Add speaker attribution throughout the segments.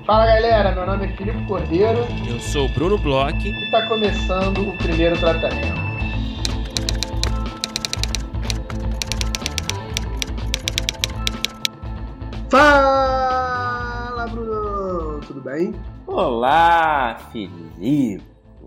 Speaker 1: Fala galera, meu nome é Filipe Cordeiro.
Speaker 2: Eu sou o Bruno Bloch.
Speaker 1: E está começando o primeiro tratamento. Fala Bruno, tudo bem?
Speaker 2: Olá Filipe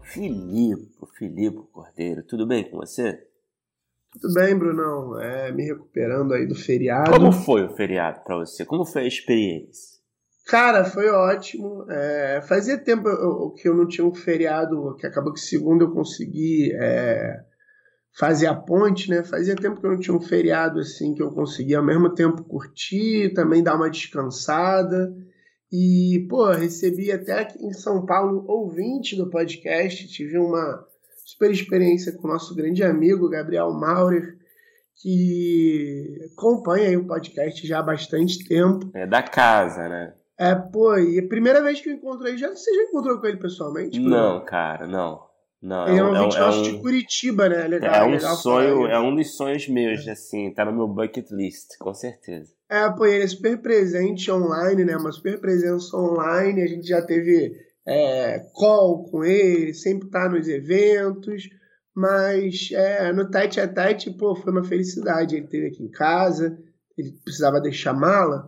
Speaker 2: Cordeiro, tudo bem com você?
Speaker 1: Tudo bem, Brunão, me recuperando aí do feriado.
Speaker 2: Como foi o feriado para você? Como foi a experiência?
Speaker 1: Cara, foi ótimo. Fazia tempo que eu não tinha um feriado, que acabou que segunda eu consegui fazer a ponte, né? Fazia tempo que eu não tinha um feriado assim que eu conseguia ao mesmo tempo curtir, também dar uma descansada. E, pô, recebi até aqui em São Paulo ouvinte do podcast, tive uma super experiência com o nosso grande amigo Gabriel Maurer, que acompanha aí o podcast já há bastante tempo.
Speaker 2: É da casa, né?
Speaker 1: E a primeira vez que eu encontrei, você já encontrou com ele pessoalmente?
Speaker 2: Não, cara, não.
Speaker 1: Ele é um ouvinte nosso de Curitiba, né? Legal, legal
Speaker 2: sonho, é um dos sonhos meus, assim, tá no meu bucket list, com certeza.
Speaker 1: Ele é super presente online, né? Uma super presença online, a gente já teve call com ele, sempre tá nos eventos, mas no tete a tete, pô, foi uma felicidade. Ele esteve aqui em casa, ele precisava deixar mala,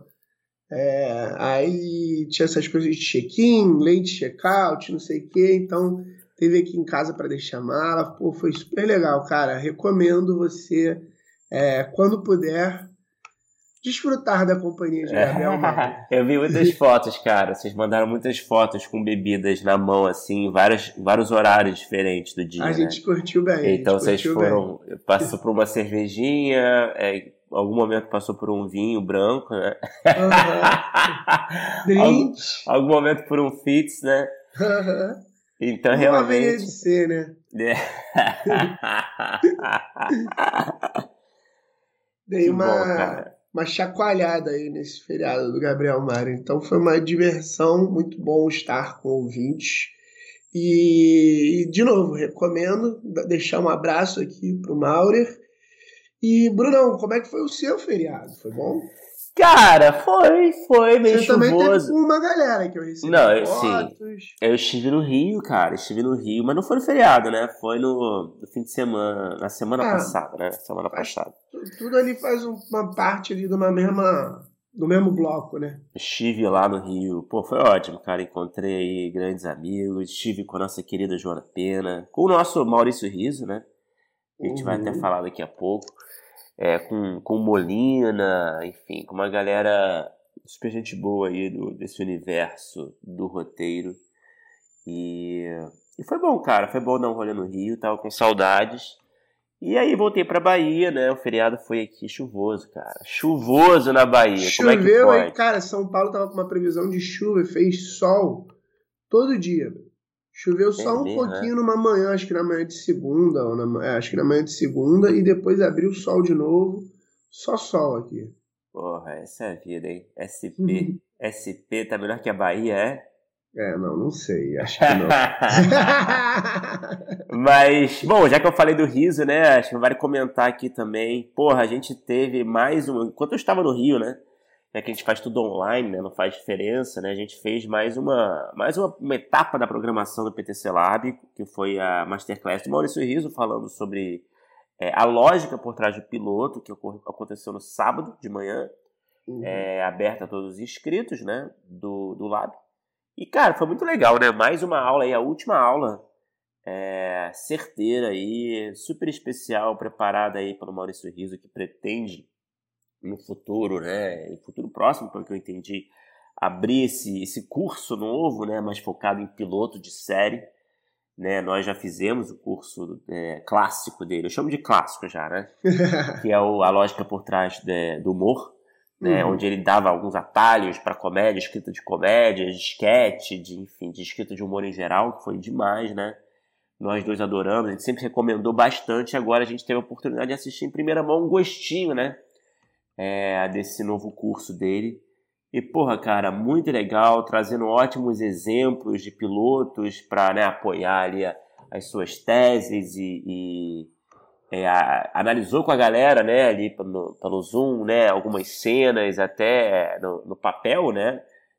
Speaker 1: aí tinha essas coisas de check-in, late check-out, não sei o quê, então teve aqui em casa para deixar mala. Pô, foi super legal, cara. Recomendo você, quando puder, desfrutar da companhia de Gabriel Maurer.
Speaker 2: Eu vi muitas fotos, cara. Vocês mandaram muitas fotos com bebidas na mão, assim, vários horários diferentes do dia.
Speaker 1: A gente curtiu bem.
Speaker 2: Então vocês passou por uma cervejinha, em algum momento passou por um vinho branco, né?
Speaker 1: Drink.
Speaker 2: Algum momento por um fitz, né? Então realmente.
Speaker 1: De ser, né? Dei uma chacoalhada aí nesse feriado do Gabriel Maurer. Então foi uma diversão, muito bom estar com ouvintes. E de novo, recomendo deixar um abraço aqui pro Maurer. E, Brunão, como é que foi o seu feriado? Foi bom?
Speaker 2: Cara, foi meio chuvoso. Você também teve
Speaker 1: uma galera que eu recebi fotos.
Speaker 2: Sim, eu estive no Rio, cara, mas não foi no feriado, né? Foi no fim de semana, na semana passada, né? Semana passada.
Speaker 1: Tudo ali faz uma parte ali do mesmo bloco, né? Estive
Speaker 2: lá no Rio, pô, foi ótimo, cara, encontrei aí grandes amigos, estive com a nossa querida Joana Pena, com o nosso Maurício Riso, né? A gente vai até falar daqui a pouco. Com Molina, enfim, com uma galera super gente boa aí desse universo do roteiro. E foi bom, cara, foi bom dar um rolê no Rio, tava com saudades. E aí voltei pra Bahia, né? O feriado foi aqui chuvoso, cara. Chuvoso na Bahia.
Speaker 1: Choveu,
Speaker 2: como é que pode?
Speaker 1: Aí, cara, São Paulo tava com uma previsão de chuva e fez sol todo dia. Choveu só um pouquinho numa manhã, acho que na manhã de segunda, e depois abriu o sol de novo, só sol aqui.
Speaker 2: Porra, essa é a vida, hein? SP. SP tá melhor que a Bahia, é?
Speaker 1: Não sei, acho que não.
Speaker 2: Mas, bom, já que eu falei do Riso, né, acho que vale comentar aqui também. Porra, a gente teve mais um... Enquanto eu estava no Rio, né, que a gente faz tudo online, né, não faz diferença, né, a gente fez mais uma etapa da programação do PTC Lab, que foi a Masterclass do Maurício Riso, falando sobre a lógica por trás do piloto, que aconteceu no sábado de manhã, aberta a todos os inscritos, né, do Lab. E, cara, foi muito legal, né, mais uma aula aí, a última aula certeira aí, super especial, preparada aí pelo Maurício Riso, que pretende no futuro, né, em futuro próximo, pelo que eu entendi, abrir esse curso novo, né, mais focado em piloto de série, né, nós já fizemos o curso clássico dele, eu chamo de clássico já, né, que é a lógica por trás do humor, né, onde ele dava alguns atalhos para comédia, escrita de comédia, de sketch, de escrita de humor em geral, que foi demais, né, nós dois adoramos, a gente sempre recomendou bastante, agora a gente teve a oportunidade de assistir em primeira mão um gostinho, né, desse novo curso dele. E, porra, cara, muito legal, trazendo ótimos exemplos de pilotos para, né, apoiar ali as suas teses e analisou com a galera, né, ali pelo Zoom, né, algumas cenas até no papel, né,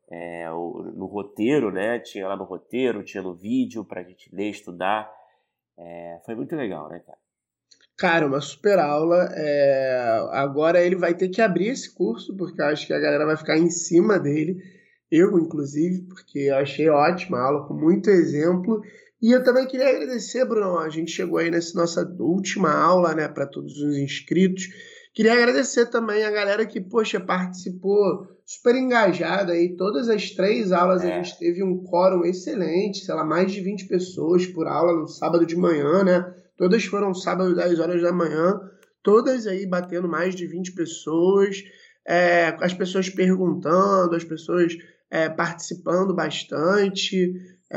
Speaker 2: no roteiro, né? Tinha lá no roteiro, tinha no vídeo pra gente ler, estudar. Foi muito legal, né, cara?
Speaker 1: Cara, uma super aula. Agora ele vai ter que abrir esse curso, porque eu acho que a galera vai ficar em cima dele. Eu, inclusive, porque eu achei ótima a aula, com muito exemplo. E eu também queria agradecer, Bruno. A gente chegou aí nessa nossa última aula, né, para todos os inscritos. Queria agradecer também a galera que, poxa, participou super engajada aí. Todas as 3 aulas a gente teve um quórum excelente, sei lá, mais de 20 pessoas por aula no sábado de manhã, né? Todas foram sábado, 10 horas da manhã, todas aí batendo mais de 20 pessoas, as pessoas perguntando, as pessoas participando bastante.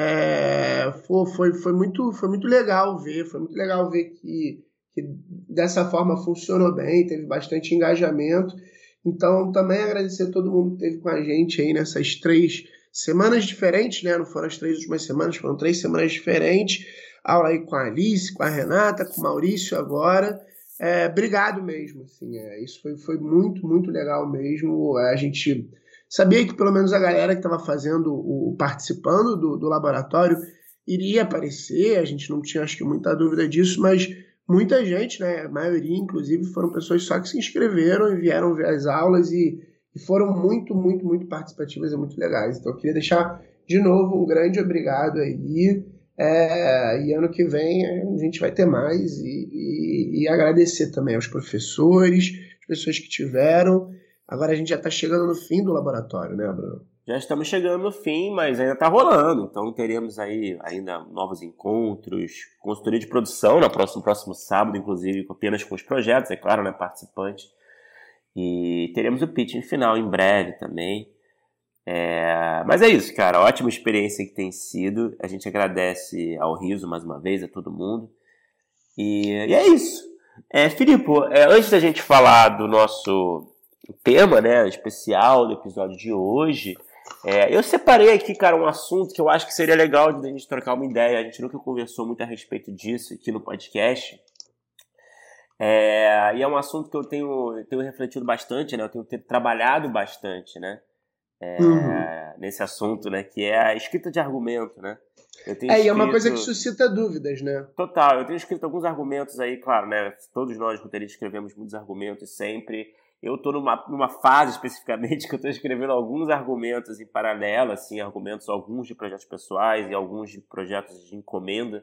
Speaker 1: Foi muito legal ver, que dessa forma funcionou bem, teve bastante engajamento. Então, também agradecer a todo mundo que esteve com a gente aí nessas 3 semanas diferentes, né? Não foram as 3 últimas semanas, foram 3 semanas diferentes. Aula aí com a Alice, com a Renata, com o Maurício agora. Obrigado mesmo, assim, isso foi muito, muito legal mesmo. A gente sabia que pelo menos a galera que estava participando do laboratório iria aparecer, a gente não tinha, acho que, muita dúvida disso, mas muita gente, né, a maioria, inclusive, foram pessoas só que se inscreveram e vieram ver as aulas e foram muito, muito, muito participativas e muito legais. Então, eu queria deixar, de novo, um grande obrigado aí. E ano que vem a gente vai ter mais e agradecer também aos professores, as pessoas que tiveram. Agora a gente já está chegando no fim do laboratório, né, Bruno?
Speaker 2: Já estamos chegando no fim, mas ainda está rolando. Então teremos aí ainda novos encontros, consultoria de produção no próximo sábado, inclusive, apenas com os projetos, é claro, né, participantes. E teremos o pitching final em breve também. Mas é isso, cara. Ótima experiência que tem sido. A gente agradece ao Riso mais uma vez, a todo mundo. E é isso. Filipe, antes da gente falar do nosso tema, né, especial do episódio de hoje, eu separei aqui, cara, um assunto que eu acho que seria legal de a gente trocar uma ideia. A gente nunca conversou muito a respeito disso aqui no podcast. E é um assunto que eu tenho refletido bastante, né? Eu tenho trabalhado bastante, né? Nesse assunto, né, que é a escrita de argumento, né?
Speaker 1: E é uma coisa que suscita dúvidas, né?
Speaker 2: Total, eu tenho escrito alguns argumentos aí, claro, né? Todos nós roteiristas escrevemos muitos argumentos sempre. Eu estou numa fase especificamente que eu estou escrevendo alguns argumentos em paralelo, assim, alguns de projetos pessoais e alguns de projetos de encomenda.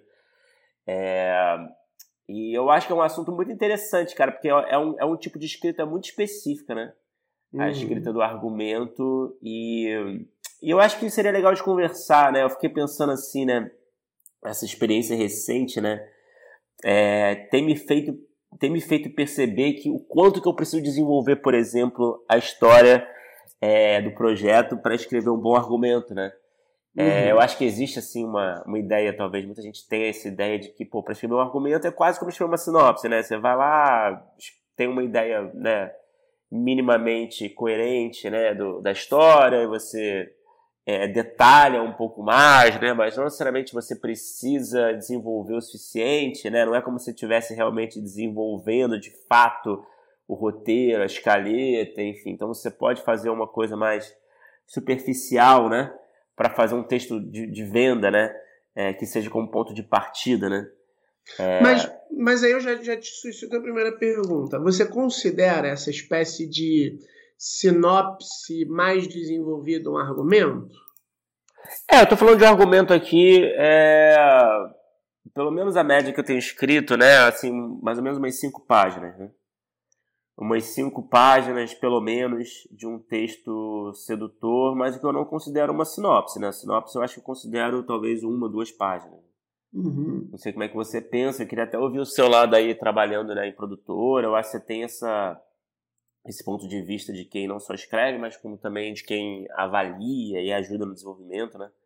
Speaker 2: E eu acho que é um assunto muito interessante, cara, porque é um tipo de escrita muito específica, né? A escrita do argumento e eu acho que seria legal de conversar, né? Eu fiquei pensando assim, né? Essa experiência recente, né? Tem me feito perceber que o quanto que eu preciso desenvolver, por exemplo, a história do projeto para escrever um bom argumento, né? Eu acho que existe, assim, uma ideia, talvez muita gente tenha essa ideia de que, para escrever um argumento é quase como escrever uma sinopse, né? Você vai lá, tem uma ideia, né, minimamente coerente, né, da história, e você detalha um pouco mais, né, mas não necessariamente você precisa desenvolver o suficiente, né, não é como se estivesse realmente desenvolvendo de fato o roteiro, a escaleta, enfim. Então você pode fazer uma coisa mais superficial, né, para fazer um texto de venda, né, que seja como ponto de partida, né.
Speaker 1: Mas aí eu já te suscito a primeira pergunta. Você considera essa espécie de sinopse mais desenvolvida um argumento?
Speaker 2: Eu tô falando de um argumento aqui, pelo menos a média que eu tenho escrito, né, assim, mais ou menos umas 5 páginas, né? Umas 5 páginas, pelo menos, de um texto sedutor, mas que eu não considero uma sinopse, né? Sinopse eu acho que eu considero talvez 1, 2 páginas. Não sei como é que você pensa, eu queria até ouvir o seu lado aí trabalhando, né, em produtora. Eu acho que você tem esse ponto de vista de quem não só escreve, mas como também de quem avalia e ajuda no desenvolvimento, né?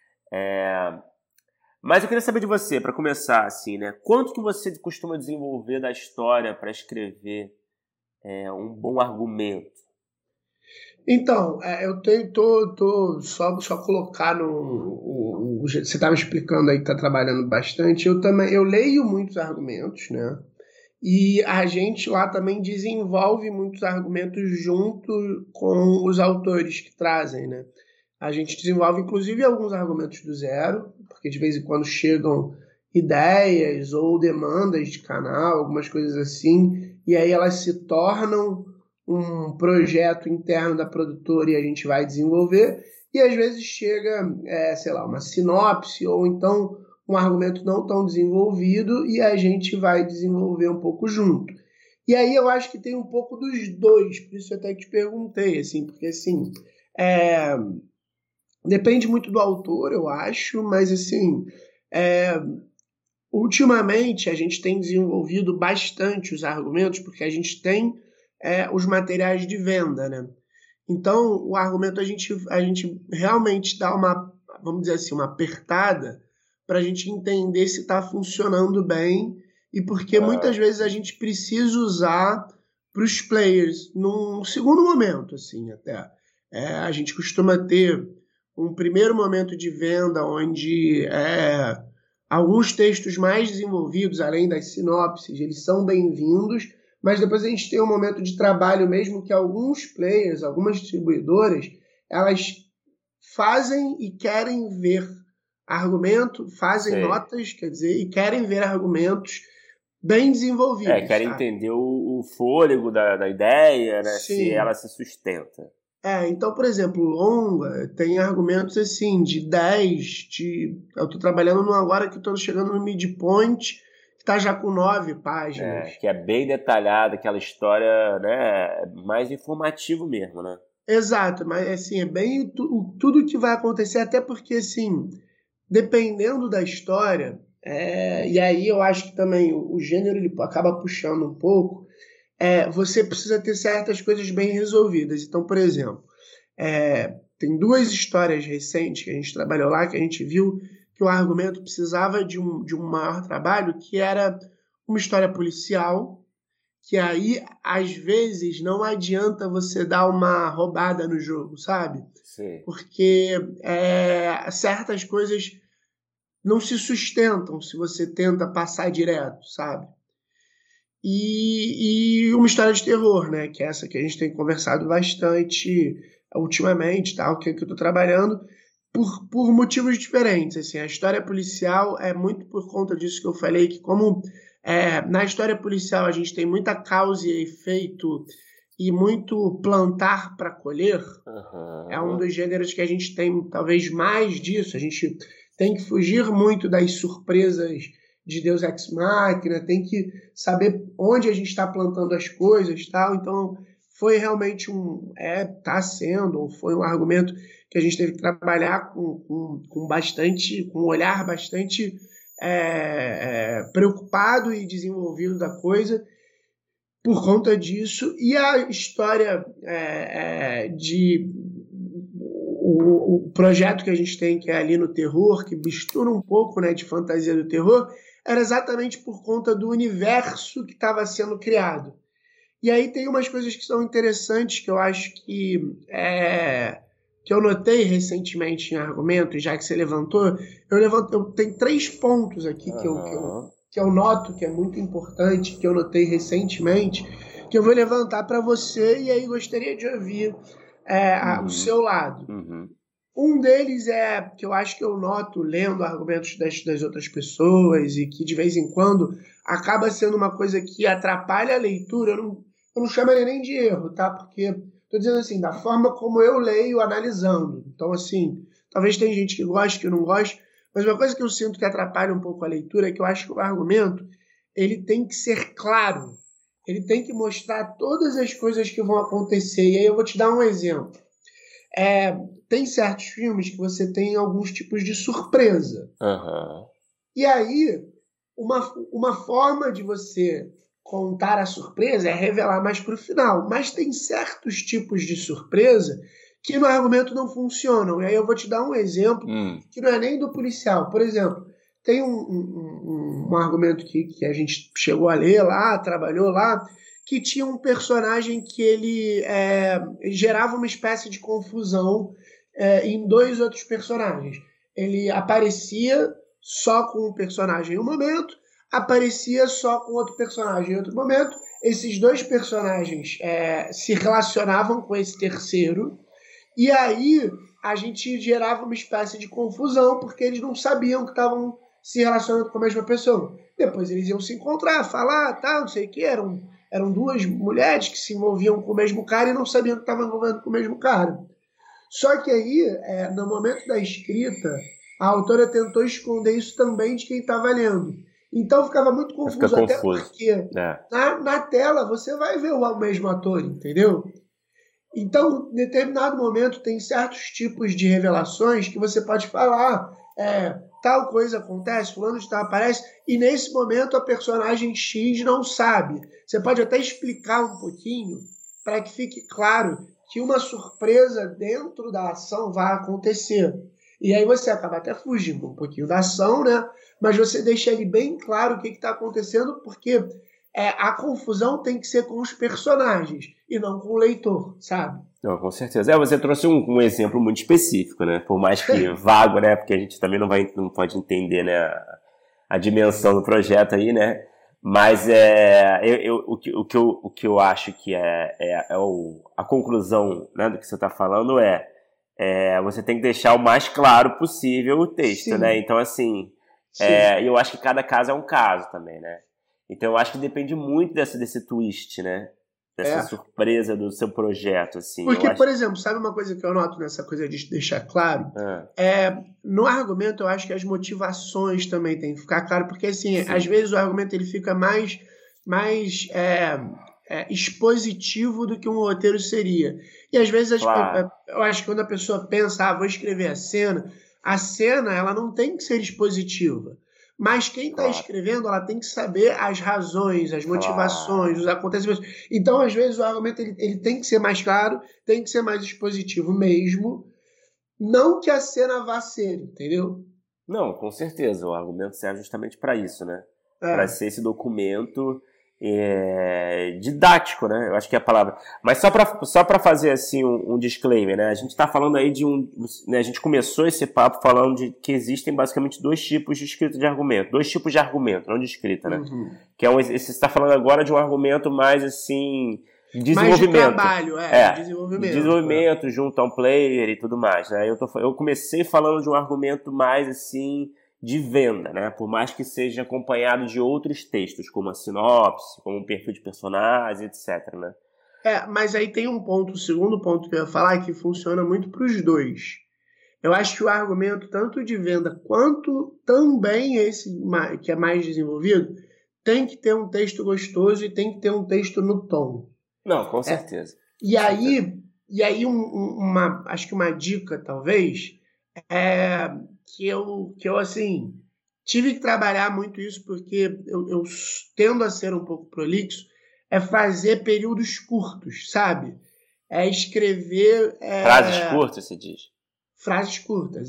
Speaker 2: Mas eu queria saber de você, para começar, assim, né? Quanto que você costuma desenvolver da história para escrever um bom argumento?
Speaker 1: Então, eu tô só colocar no jeito que você estava explicando aí que está trabalhando bastante. Eu leio muitos argumentos, né? E a gente lá também desenvolve muitos argumentos junto com os autores que trazem, né? A gente desenvolve, inclusive, alguns argumentos do zero, porque de vez em quando chegam ideias ou demandas de canal, algumas coisas assim, e aí elas se tornam um projeto interno da produtora e a gente vai desenvolver, e às vezes chega, sei lá, uma sinopse ou então um argumento não tão desenvolvido e a gente vai desenvolver um pouco junto. E aí eu acho que tem um pouco dos dois, por isso eu até te perguntei, assim, porque assim, depende muito do autor, eu acho, mas assim, ultimamente a gente tem desenvolvido bastante os argumentos, porque a gente tem os materiais de venda, né? Então, o argumento a gente realmente dá uma, vamos dizer assim, uma apertada para a gente entender se está funcionando bem e porque muitas vezes a gente precisa usar para os players num segundo momento, assim, até. A gente costuma ter um primeiro momento de venda onde alguns textos mais desenvolvidos, além das sinopses, eles são bem-vindos, mas depois a gente tem um momento de trabalho mesmo que alguns players, algumas distribuidoras, elas fazem e querem ver argumento, fazem notas, quer dizer, e querem ver argumentos bem desenvolvidos.
Speaker 2: Querem entender o fôlego da ideia, né?
Speaker 1: Sim.
Speaker 2: Se ela se sustenta.
Speaker 1: Então, por exemplo, longa tem argumentos assim, de 10, eu estou trabalhando num agora que estou chegando no midpoint, que está já com 9 páginas.
Speaker 2: Que é bem detalhada, aquela história, né, mais informativo mesmo, né?
Speaker 1: Exato, mas assim, é bem tudo que vai acontecer, até porque, assim, dependendo da história, e aí eu acho que também o gênero ele acaba puxando um pouco, você precisa ter certas coisas bem resolvidas. Então, por exemplo, tem 2 histórias recentes que a gente trabalhou lá, que a gente viu que o argumento precisava de um maior trabalho, que era uma história policial, que aí, às vezes, não adianta você dar uma roubada no jogo, sabe?
Speaker 2: Sim.
Speaker 1: Porque certas coisas não se sustentam se você tenta passar direto, sabe? E uma história de terror, né? Que é essa que a gente tem conversado bastante ultimamente, tal, que eu estou trabalhando, por motivos diferentes. Assim, a história policial é muito por conta disso que eu falei, que como na história policial a gente tem muita causa e efeito e muito plantar para colher, é um dos gêneros que a gente tem talvez mais disso. A gente tem que fugir muito das surpresas de Deus Ex Machina, tem que saber onde a gente está plantando as coisas, tal. Então foi realmente está sendo, ou foi um argumento que a gente teve que trabalhar com um olhar bastante preocupado e desenvolvido da coisa por conta disso. E a história o projeto que a gente tem, que é ali no terror, que mistura um pouco, né, de fantasia do terror, era exatamente por conta do universo que estava sendo criado. E aí tem umas coisas que são interessantes que eu acho que eu notei recentemente em argumentos, já que você levantou. Eu tenho 3 pontos aqui que eu noto que é muito importante, que eu notei recentemente, que eu vou levantar para você e aí gostaria de ouvir o seu lado. Um deles que eu acho que eu noto lendo argumentos das outras pessoas e que de vez em quando acaba sendo uma coisa que atrapalha a leitura. Eu não chamo ele nem de erro, tá? Porque estou dizendo assim, da forma como eu leio analisando. Então, assim, talvez tem gente que goste, que não goste, mas uma coisa que eu sinto que atrapalha um pouco a leitura é que eu acho que o argumento ele tem que ser claro. Ele tem que mostrar todas as coisas que vão acontecer. E aí eu vou te dar um exemplo. Tem certos filmes que você tem alguns tipos de surpresa. E aí, uma forma de você contar a surpresa é revelar mais para o final. Mas tem certos tipos de surpresa que no argumento não funcionam. E aí eu vou te dar um exemplo que não é nem do policial. Por exemplo, tem um argumento que a gente chegou a ler lá, trabalhou lá, que tinha um personagem que ele gerava uma espécie de confusão em 2 outros personagens. Ele aparecia só com um personagem em um momento, aparecia só com outro personagem em outro momento. Esses 2 personagens se relacionavam com esse terceiro, e aí a gente gerava uma espécie de confusão, porque eles não sabiam que estavam se relacionando com a mesma pessoa. Depois eles iam se encontrar, falar, tal, não sei o que, eram duas mulheres que se envolviam com o mesmo cara e não sabiam que estavam envolvendo com o mesmo cara. Só que aí, no momento da escrita, a autora tentou esconder isso também de quem estava lendo. Então ficava muito confuso, até porque na tela você vai ver o mesmo ator, entendeu? Então, em determinado momento, tem certos tipos de revelações que você pode falar, tal coisa acontece, fulano de tal aparece, e nesse momento a personagem X não sabe. Você pode até explicar um pouquinho para que fique claro que uma surpresa dentro da ação vai acontecer. E aí você acaba até fugindo um pouquinho da ação, né? Mas você deixa ali bem claro o que está acontecendo, porque a confusão tem que ser com os personagens e não com o leitor, sabe?
Speaker 2: Não, com certeza. Você trouxe um exemplo muito específico, né? Por mais que vago, né? Porque a gente também não pode entender, né, a dimensão do projeto aí, né? Mas o que eu acho que a conclusão, né, do que você está falando você tem que deixar o mais claro possível o texto, Sim. né? Então, assim, eu acho que cada caso é um caso também, né? Então, eu acho que depende muito desse twist, né? Dessa surpresa do seu projeto, assim.
Speaker 1: Porque, por exemplo, sabe uma coisa que eu noto nessa coisa de deixar claro? No argumento, eu acho que as motivações também têm que ficar claro, porque, assim, às vezes o argumento ele fica mais expositivo do que um roteiro seria. E, às vezes, eu acho que quando a pessoa pensa, vou escrever a cena, ela não tem que ser expositiva. Mas quem está escrevendo, ela tem que saber as razões, as motivações, os acontecimentos. Então, às vezes, o argumento ele tem que ser mais claro, tem que ser mais expositivo mesmo. Não que a cena vá ser, entendeu?
Speaker 2: Não, com certeza. O argumento serve justamente para isso, né? Para ser esse documento didático, né? Eu acho que é a palavra. Mas só para fazer assim um disclaimer, né? A gente está falando aí né? A gente começou esse papo falando de que existem basicamente dois tipos de escrita de argumento, não de escrita, né?
Speaker 1: Uhum.
Speaker 2: Que você está falando agora de um argumento mais assim desenvolvimento,
Speaker 1: mais de trabalho,
Speaker 2: desenvolvimento junto a um player e tudo mais, né? Eu comecei falando de um argumento mais assim de venda, né? Por mais que seja acompanhado de outros textos, como a sinopse, como um perfil de personagem, etc, né?
Speaker 1: Mas aí tem o segundo ponto que eu ia falar, que funciona muito para os dois. Eu acho que o argumento, tanto de venda quanto também esse que é mais desenvolvido, tem que ter um texto gostoso e tem que ter um texto no tom.
Speaker 2: Não, com certeza.
Speaker 1: E aí acho que uma dica, talvez, que eu assim, tive que trabalhar muito isso, porque eu tendo a ser um pouco prolixo, fazer períodos curtos, sabe? Escrever...
Speaker 2: Frases curtas, você diz?
Speaker 1: Frases curtas,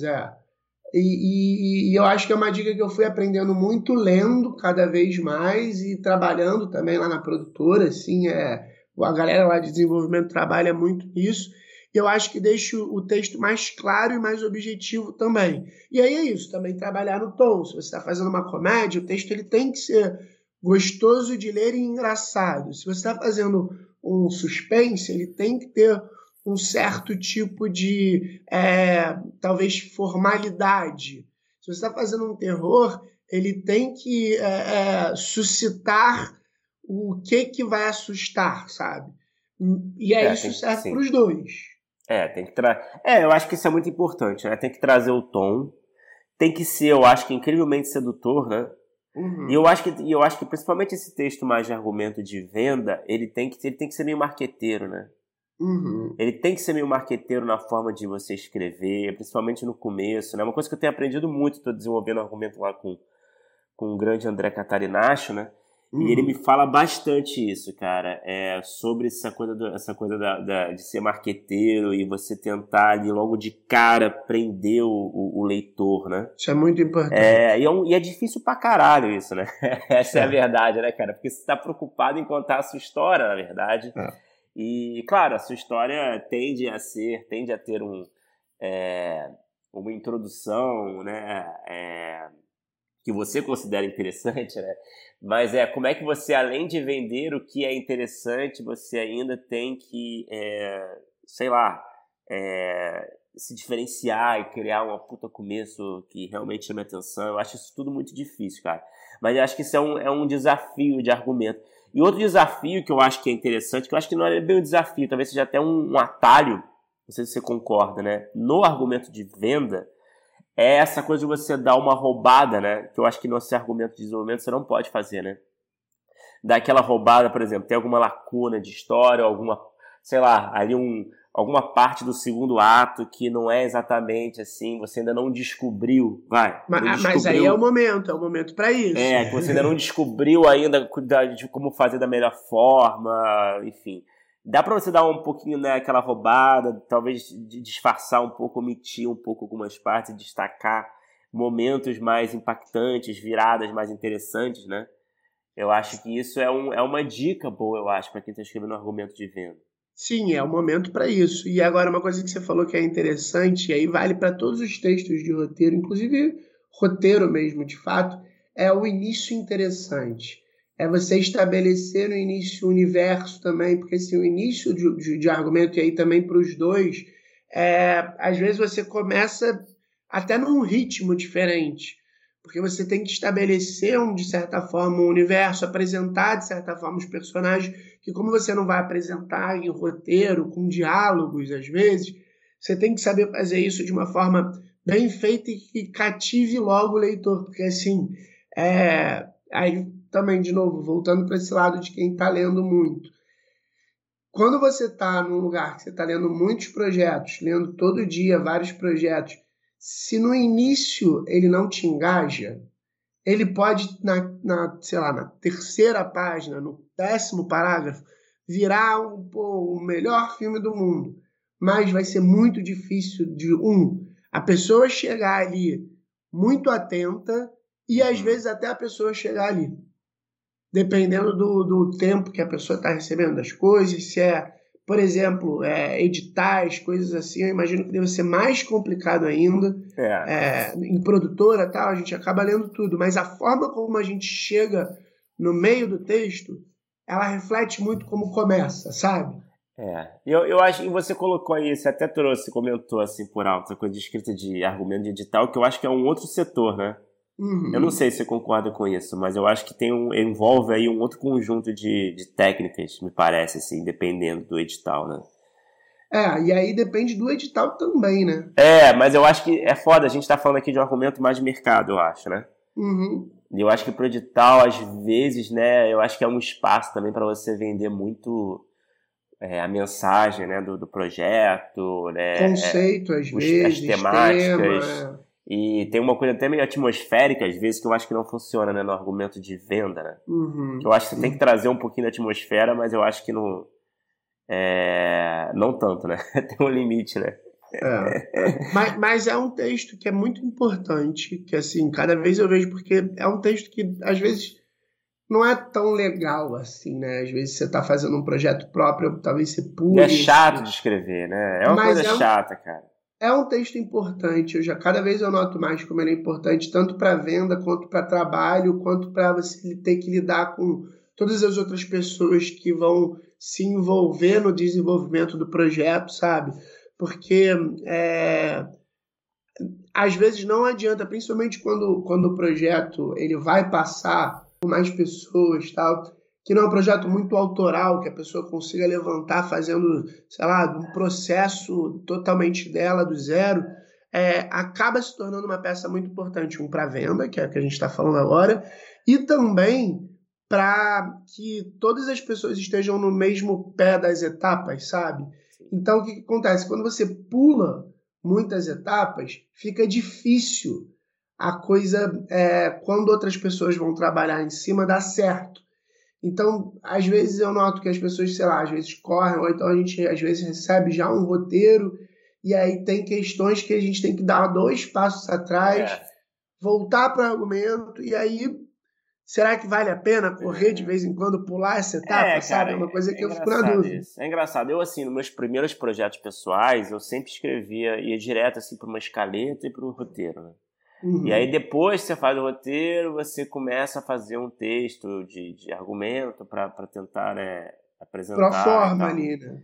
Speaker 1: E eu acho que é uma dica que eu fui aprendendo muito lendo cada vez mais e trabalhando também lá na produtora, assim, a galera lá de desenvolvimento trabalha muito nisso. Eu acho que deixa o texto mais claro e mais objetivo também. E aí é isso, também trabalhar no tom. Se você está fazendo uma comédia, o texto ele tem que ser gostoso de ler e engraçado. Se você está fazendo um suspense, ele tem que ter um certo tipo de, talvez, formalidade. Se você está fazendo um terror, ele tem que suscitar o que vai assustar, sabe? E isso serve para os dois.
Speaker 2: Tem que eu acho que isso é muito importante, né? Tem que trazer o tom, tem que ser, eu acho que, incrivelmente sedutor, né?
Speaker 1: Uhum.
Speaker 2: E eu acho que principalmente esse texto mais de argumento de venda, ele tem que ser meio marqueteiro, né?
Speaker 1: Uhum.
Speaker 2: Ele tem que ser meio marqueteiro na forma de você escrever, principalmente no começo, né? Uma coisa que eu tenho aprendido muito, estou desenvolvendo um argumento lá com o grande André Catarinacho, né? E ele me fala bastante isso, cara, sobre essa coisa de ser marqueteiro e você tentar ali logo de cara prender o leitor, né?
Speaker 1: Isso é muito importante.
Speaker 2: E é difícil pra caralho isso, né? Essa é a verdade, né, cara? Porque você tá preocupado em contar a sua história, na verdade. E, claro, a sua história tende a ter uma introdução, né? Que você considera interessante, né? Mas como é que você, além de vender o que é interessante, você ainda tem que, se diferenciar e criar uma puta começo que realmente chame atenção. Eu acho isso tudo muito difícil, cara. Mas eu acho que isso é um desafio de argumento. E outro desafio que eu acho que é interessante, que eu acho que não é bem um desafio, talvez seja até um atalho, não sei se você concorda, né? No argumento de venda, é essa coisa de você dar uma roubada, né? Que eu acho que no seu argumento de desenvolvimento você não pode fazer, né? Dar aquela roubada, por exemplo, tem alguma lacuna de história, alguma, sei lá, ali alguma parte do segundo ato que não é exatamente assim, você ainda não descobriu,
Speaker 1: Mas aí é o momento para isso.
Speaker 2: Que você ainda não descobriu ainda de como fazer da melhor forma, enfim. Dá para você dar um pouquinho, né, aquela roubada, talvez disfarçar um pouco, omitir um pouco algumas partes e destacar momentos mais impactantes, viradas mais interessantes, né? Eu acho que isso é uma dica boa, eu acho, para quem está escrevendo um argumento de venda.
Speaker 1: Sim, é o momento para isso. E agora, uma coisa que você falou que é interessante, e aí vale para todos os textos de roteiro, inclusive roteiro mesmo, de fato, é o início interessante. É você estabelecer no início o universo também, porque assim, o início de argumento, e aí também para os dois, às vezes você começa até num ritmo diferente, porque você tem que estabelecer, de certa forma, um universo, apresentar, de certa forma, os personagens, que como você não vai apresentar em roteiro, com diálogos, às vezes, você tem que saber fazer isso de uma forma bem feita e que cative logo o leitor, porque assim, aí também, de novo, voltando para esse lado de quem está lendo muito. Quando você está num lugar que você está lendo muitos projetos, lendo todo dia vários projetos, se no início ele não te engaja, ele pode, sei lá, na terceira página, no 10º parágrafo, virar o melhor filme do mundo. Mas vai ser muito difícil a pessoa chegar ali muito atenta e, às vezes, até a pessoa chegar ali. Dependendo do tempo que a pessoa está recebendo das coisas, se por exemplo, editais, coisas assim, eu imagino que deve ser mais complicado ainda. Em produtora, tal, a gente acaba lendo tudo, mas a forma como a gente chega no meio do texto, ela reflete muito como começa, sabe?
Speaker 2: Eu acho que você colocou aí, você até comentou assim por alto, essa coisa de escrita de argumento de edital, que eu acho que é um outro setor, né?
Speaker 1: Uhum.
Speaker 2: Eu não sei se você concorda com isso, mas eu acho que envolve aí um outro conjunto de técnicas, me parece, assim, dependendo do edital, né?
Speaker 1: E aí depende do edital também, né?
Speaker 2: Mas eu acho que é foda, a gente tá falando aqui de um argumento mais de mercado, eu acho, né?
Speaker 1: Uhum.
Speaker 2: E eu acho que pro edital, às vezes, né, eu acho que é um espaço também para você vender muito a mensagem, né, do projeto, né?
Speaker 1: Conceito, às vezes,
Speaker 2: as temáticas.
Speaker 1: tema.
Speaker 2: E tem uma coisa até meio atmosférica, às vezes, que eu acho que não funciona, né, no argumento de venda, né?
Speaker 1: Uhum.
Speaker 2: Que eu acho que você tem que trazer um pouquinho da atmosfera, mas eu acho que não tanto, né? Tem um limite, né?
Speaker 1: Mas é um texto que é muito importante, que assim, cada vez eu vejo, porque é um texto que, às vezes, não é tão legal assim, né? Às vezes você está fazendo um projeto próprio, talvez você pule.
Speaker 2: É chato de escrever, né? É uma coisa chata, cara.
Speaker 1: É um texto importante, cada vez eu noto mais como ele é importante, tanto para venda, quanto para trabalho, quanto para você ter que lidar com todas as outras pessoas que vão se envolver no desenvolvimento do projeto, sabe? Porque às vezes não adianta, principalmente quando o projeto ele vai passar por mais pessoas, tal, que não é um projeto muito autoral, que a pessoa consiga levantar fazendo, sei lá, um processo totalmente dela, do zero, acaba se tornando uma peça muito importante, para venda, que é o que a gente está falando agora, e também para que todas as pessoas estejam no mesmo pé das etapas, sabe? Então, o que acontece? Quando você pula muitas etapas, fica difícil a coisa, quando outras pessoas vão trabalhar em cima, dar certo. Então, às vezes eu noto que as pessoas, sei lá, às vezes correm, ou então a gente às vezes recebe já um roteiro, e aí tem questões que a gente tem que dar 2 passos atrás, voltar para o argumento, e aí, será que vale a pena correr de vez em quando, pular essa etapa, sabe? É uma coisa que eu fico na dúvida.
Speaker 2: Isso. É engraçado. Eu, assim, nos meus primeiros projetos pessoais, eu sempre ia direto, assim, para uma escaleta e para o roteiro, né?
Speaker 1: Uhum.
Speaker 2: E aí depois que você faz o roteiro, você começa a fazer um texto de argumento para tentar, né, apresentar.
Speaker 1: Pro forma ali, né?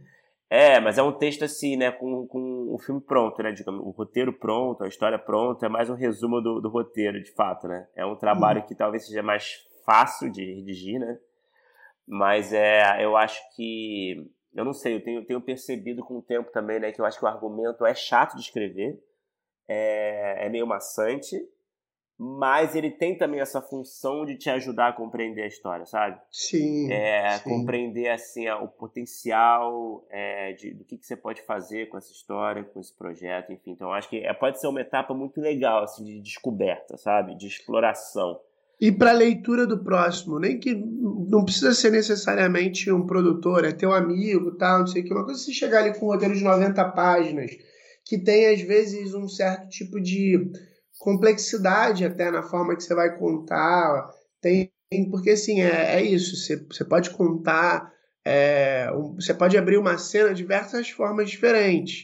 Speaker 2: Mas é um texto assim, né, com o filme pronto, né, digamos, o roteiro pronto, a história pronta, é mais um resumo do roteiro, de fato, né. É um trabalho que talvez seja mais fácil de redigir, né, mas eu acho que, eu não sei, eu tenho percebido com o tempo também, né, que eu acho que o argumento é chato de escrever, é meio maçante, mas ele tem também essa função de te ajudar a compreender a história, sabe?
Speaker 1: Sim, sim.
Speaker 2: Compreender assim o potencial do que você pode fazer com essa história, com esse projeto, enfim. Então acho que pode ser uma etapa muito legal assim, de descoberta, sabe? De exploração.
Speaker 1: E para a leitura do próximo, nem que não precisa ser necessariamente um produtor, é teu amigo, tal, não sei o que. Uma coisa é você chegar ali com um roteiro de 90 páginas, que tem às vezes um certo tipo de complexidade até na forma que você vai contar. Porque assim, é isso, você pode contar, você pode abrir uma cena de diversas formas diferentes.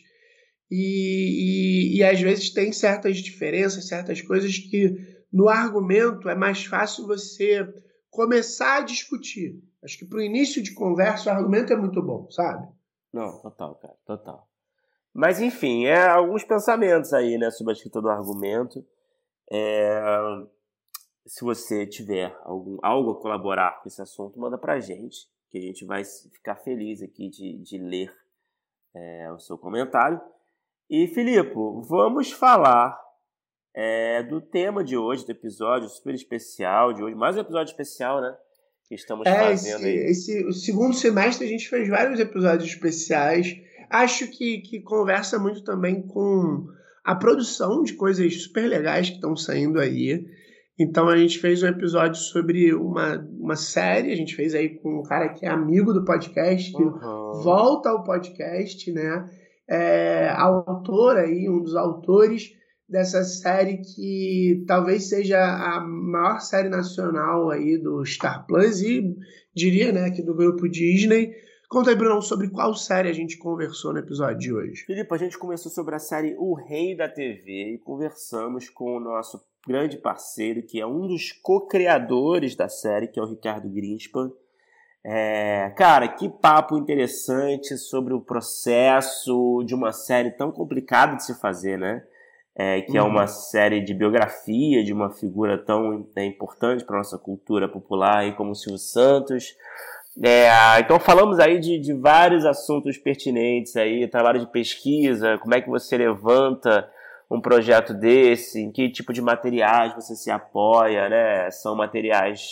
Speaker 1: E às vezes tem certas diferenças, certas coisas que no argumento é mais fácil você começar a discutir. Acho que para o início de conversa o argumento é muito bom, sabe?
Speaker 2: Não, total, cara, total. Mas enfim, alguns pensamentos aí, né, sobre a escrita do argumento. Se você tiver algo a colaborar com esse assunto, manda pra gente, que a gente vai ficar feliz aqui de ler o seu comentário. E, Filipe, vamos falar do tema de hoje, do episódio super especial de hoje. Mais um episódio especial, né? Que estamos fazendo aí.
Speaker 1: O segundo semestre a gente fez vários episódios especiais. Acho que conversa muito também com a produção de coisas super legais que estão saindo aí. Então a gente fez um episódio sobre uma série, a gente fez aí com um cara que é amigo do podcast, que volta ao podcast, né? Autor aí, um dos autores dessa série que talvez seja a maior série nacional aí do Star Plus e diria, né, que do grupo Disney. Conta aí, Bruno, sobre qual série a gente conversou no episódio de hoje.
Speaker 2: Filipe, a gente começou sobre a série O Rei da TV e conversamos com o nosso grande parceiro, que é um dos co-criadores da série, que é o Ricardo Greenspan. Cara, que papo interessante sobre o processo de uma série tão complicada de se fazer, né? Que é uma série de biografia de uma figura tão importante para a nossa cultura popular aí como o Silvio Santos. Então falamos aí de vários assuntos pertinentes aí, trabalho de pesquisa, como é que você levanta um projeto desse, em que tipo de materiais você se apoia, né? São materiais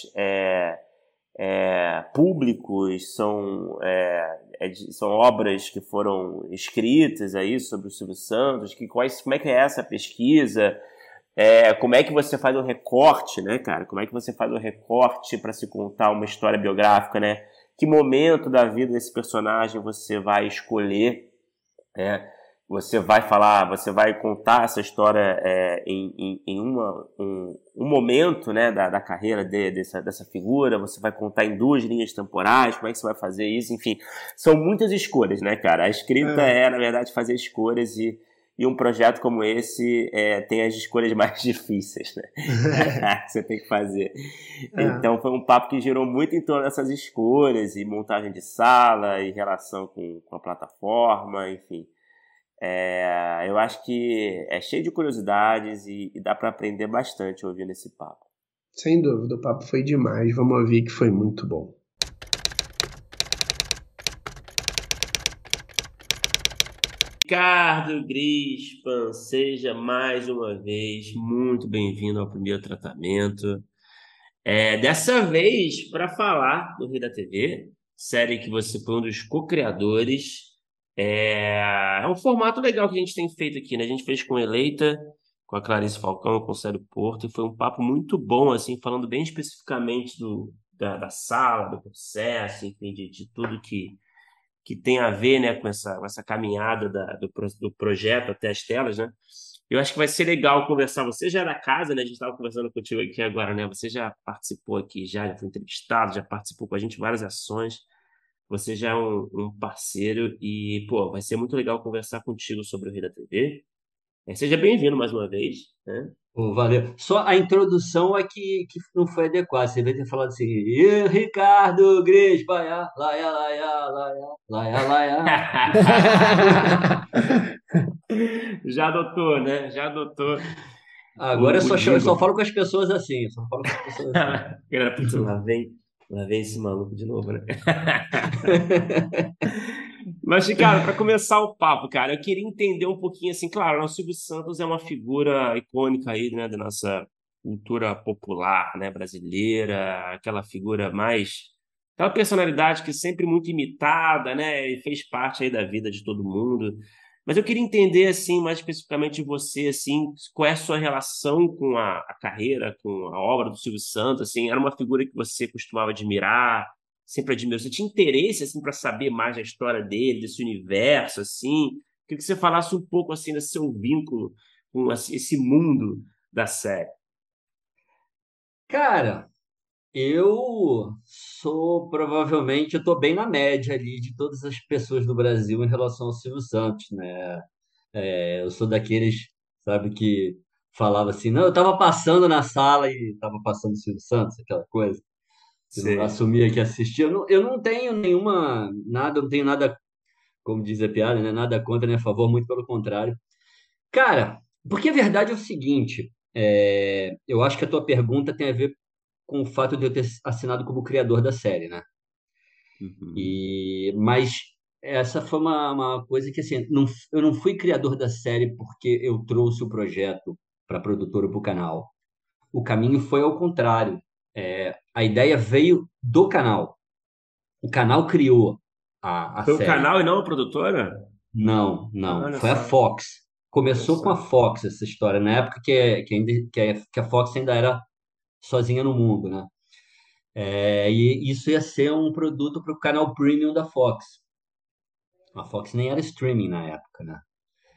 Speaker 2: públicos, são obras que foram escritas aí sobre o Silvio Santos, como é que é essa pesquisa, como é que você faz o recorte, né, cara? Como é que você faz o recorte para se contar uma história biográfica, né? Que momento da vida desse personagem você vai escolher, né? Você vai falar, você vai contar essa história em um momento, né, da carreira dessa figura, você vai contar em 2 linhas temporais, como é que você vai fazer isso, enfim, são muitas escolhas, né, cara? A escrita na verdade, fazer escolhas e um projeto como esse tem as escolhas mais difíceis, né? Que você tem que fazer. Então foi um papo que girou muito em torno dessas escolhas e montagem de sala e relação com a plataforma, enfim. Eu acho que é cheio de curiosidades e dá para aprender bastante ouvindo esse papo.
Speaker 1: Sem dúvida, o papo foi demais. Vamos ouvir que foi muito bom.
Speaker 2: Ricardo Greenspan, seja mais uma vez muito bem-vindo ao Primeiro Tratamento. Dessa vez, para falar do Rei da TV, série que você foi um dos co-criadores. É um formato legal que a gente tem feito aqui, né? A gente fez com Eleita, com a Clarice Falcão, com o Célio Porto, e foi um papo muito bom, assim, falando bem especificamente da sala, do processo, enfim, de tudo que tem a ver, né, com essa caminhada do projeto até as telas, né? Eu acho que vai ser legal conversar. Você já é da casa, né? A gente estava conversando contigo aqui agora, né? Você já participou aqui, já foi entrevistado, já participou com a gente de várias ações. Você já é um parceiro e, pô, vai ser muito legal conversar contigo sobre o Rei da TV. Seja bem-vindo mais uma vez, né?
Speaker 3: Pô, valeu. Só a introdução é que não foi adequada. Você devia ter falado assim, e Ricardo Gris, laia, laia, laia, laia, laia, laia.
Speaker 2: Já adotou, né? Já adotou
Speaker 3: Agora
Speaker 2: o
Speaker 3: eu só
Speaker 2: jingle.
Speaker 3: falo com as pessoas assim, eu só falo com as pessoas assim.
Speaker 2: Cara, putz, lá vem esse maluco de novo, né? Mas, cara, para começar o papo, cara, eu queria entender um pouquinho assim, claro, o Silvio Santos é uma figura icônica aí, né, da nossa cultura popular, né, brasileira, aquela figura mais, aquela personalidade que é sempre muito imitada, né, e fez parte aí da vida de todo mundo. Mas eu queria entender, assim, mais especificamente você, assim, qual é a sua relação com a carreira, com a obra do Silvio Santos, assim, era uma figura que você costumava admirar, sempre admirou. Você tinha interesse, assim, para saber mais da história dele, desse universo, assim? Queria que você falasse um pouco, assim, desse seu vínculo com assim, esse mundo da série.
Speaker 3: Cara, eu sou provavelmente, eu tô bem na média ali de todas as pessoas do Brasil em relação ao Silvio Santos, né? Eu sou daqueles, sabe, que falava assim, não, eu tava passando na sala e tava passando o Silvio Santos, aquela coisa, que não
Speaker 2: Você...
Speaker 3: assumia que assistia. Eu não tenho nenhuma, nada, eu não tenho nada, como diz a piada, né? Nada contra nem a favor, muito pelo contrário. Cara, porque a verdade é o seguinte, eu acho que a tua pergunta tem a ver com o fato de eu ter assinado como criador da série, né?
Speaker 2: Uhum.
Speaker 3: Mas essa foi uma coisa que, assim, eu não fui criador da série porque eu trouxe o projeto para a produtora, para o canal. O caminho foi ao contrário. A ideia veio do canal. O canal criou a
Speaker 2: Foi o
Speaker 3: série.
Speaker 2: canal e não a produtora?
Speaker 3: Não,
Speaker 2: Ah,
Speaker 3: não.
Speaker 2: olha
Speaker 3: Foi a
Speaker 2: só,
Speaker 3: Fox.
Speaker 2: olha
Speaker 3: Começou com a
Speaker 2: só.
Speaker 3: Fox essa história, na época que a Fox ainda era sozinha no mundo, né? E isso ia ser um produto para o canal premium da Fox. A Fox nem era streaming na época, né?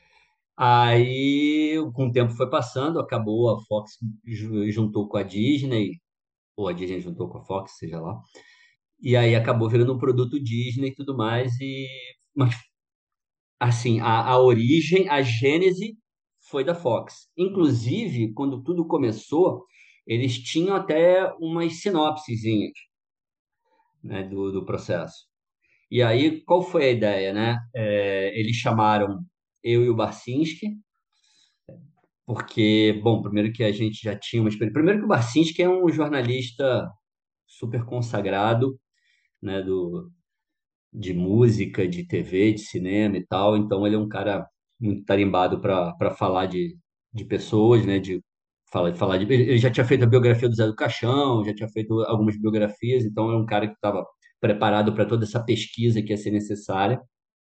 Speaker 3: Aí, com o tempo foi passando, acabou, a Fox juntou com a Disney, ou a Disney juntou com a Fox, seja lá. E aí acabou virando um produto Disney e tudo mais. Mas, assim, a origem, a gênese foi da Fox. Inclusive, quando tudo começou, eles tinham até umas sinopsezinhas, né, do processo. E aí, qual foi a ideia, né? Eles chamaram eu e o Barcinski, porque, bom, primeiro que a gente já tinha uma experiência. Primeiro que o Barcinski é um jornalista super consagrado, né, de música, de TV, de cinema e tal. Então, ele é um cara muito tarimbado para falar de pessoas, né, falar de. Ele já tinha feito a biografia do Zé do Caixão, já tinha feito algumas biografias, então é um cara que estava preparado para toda essa pesquisa que ia ser necessária.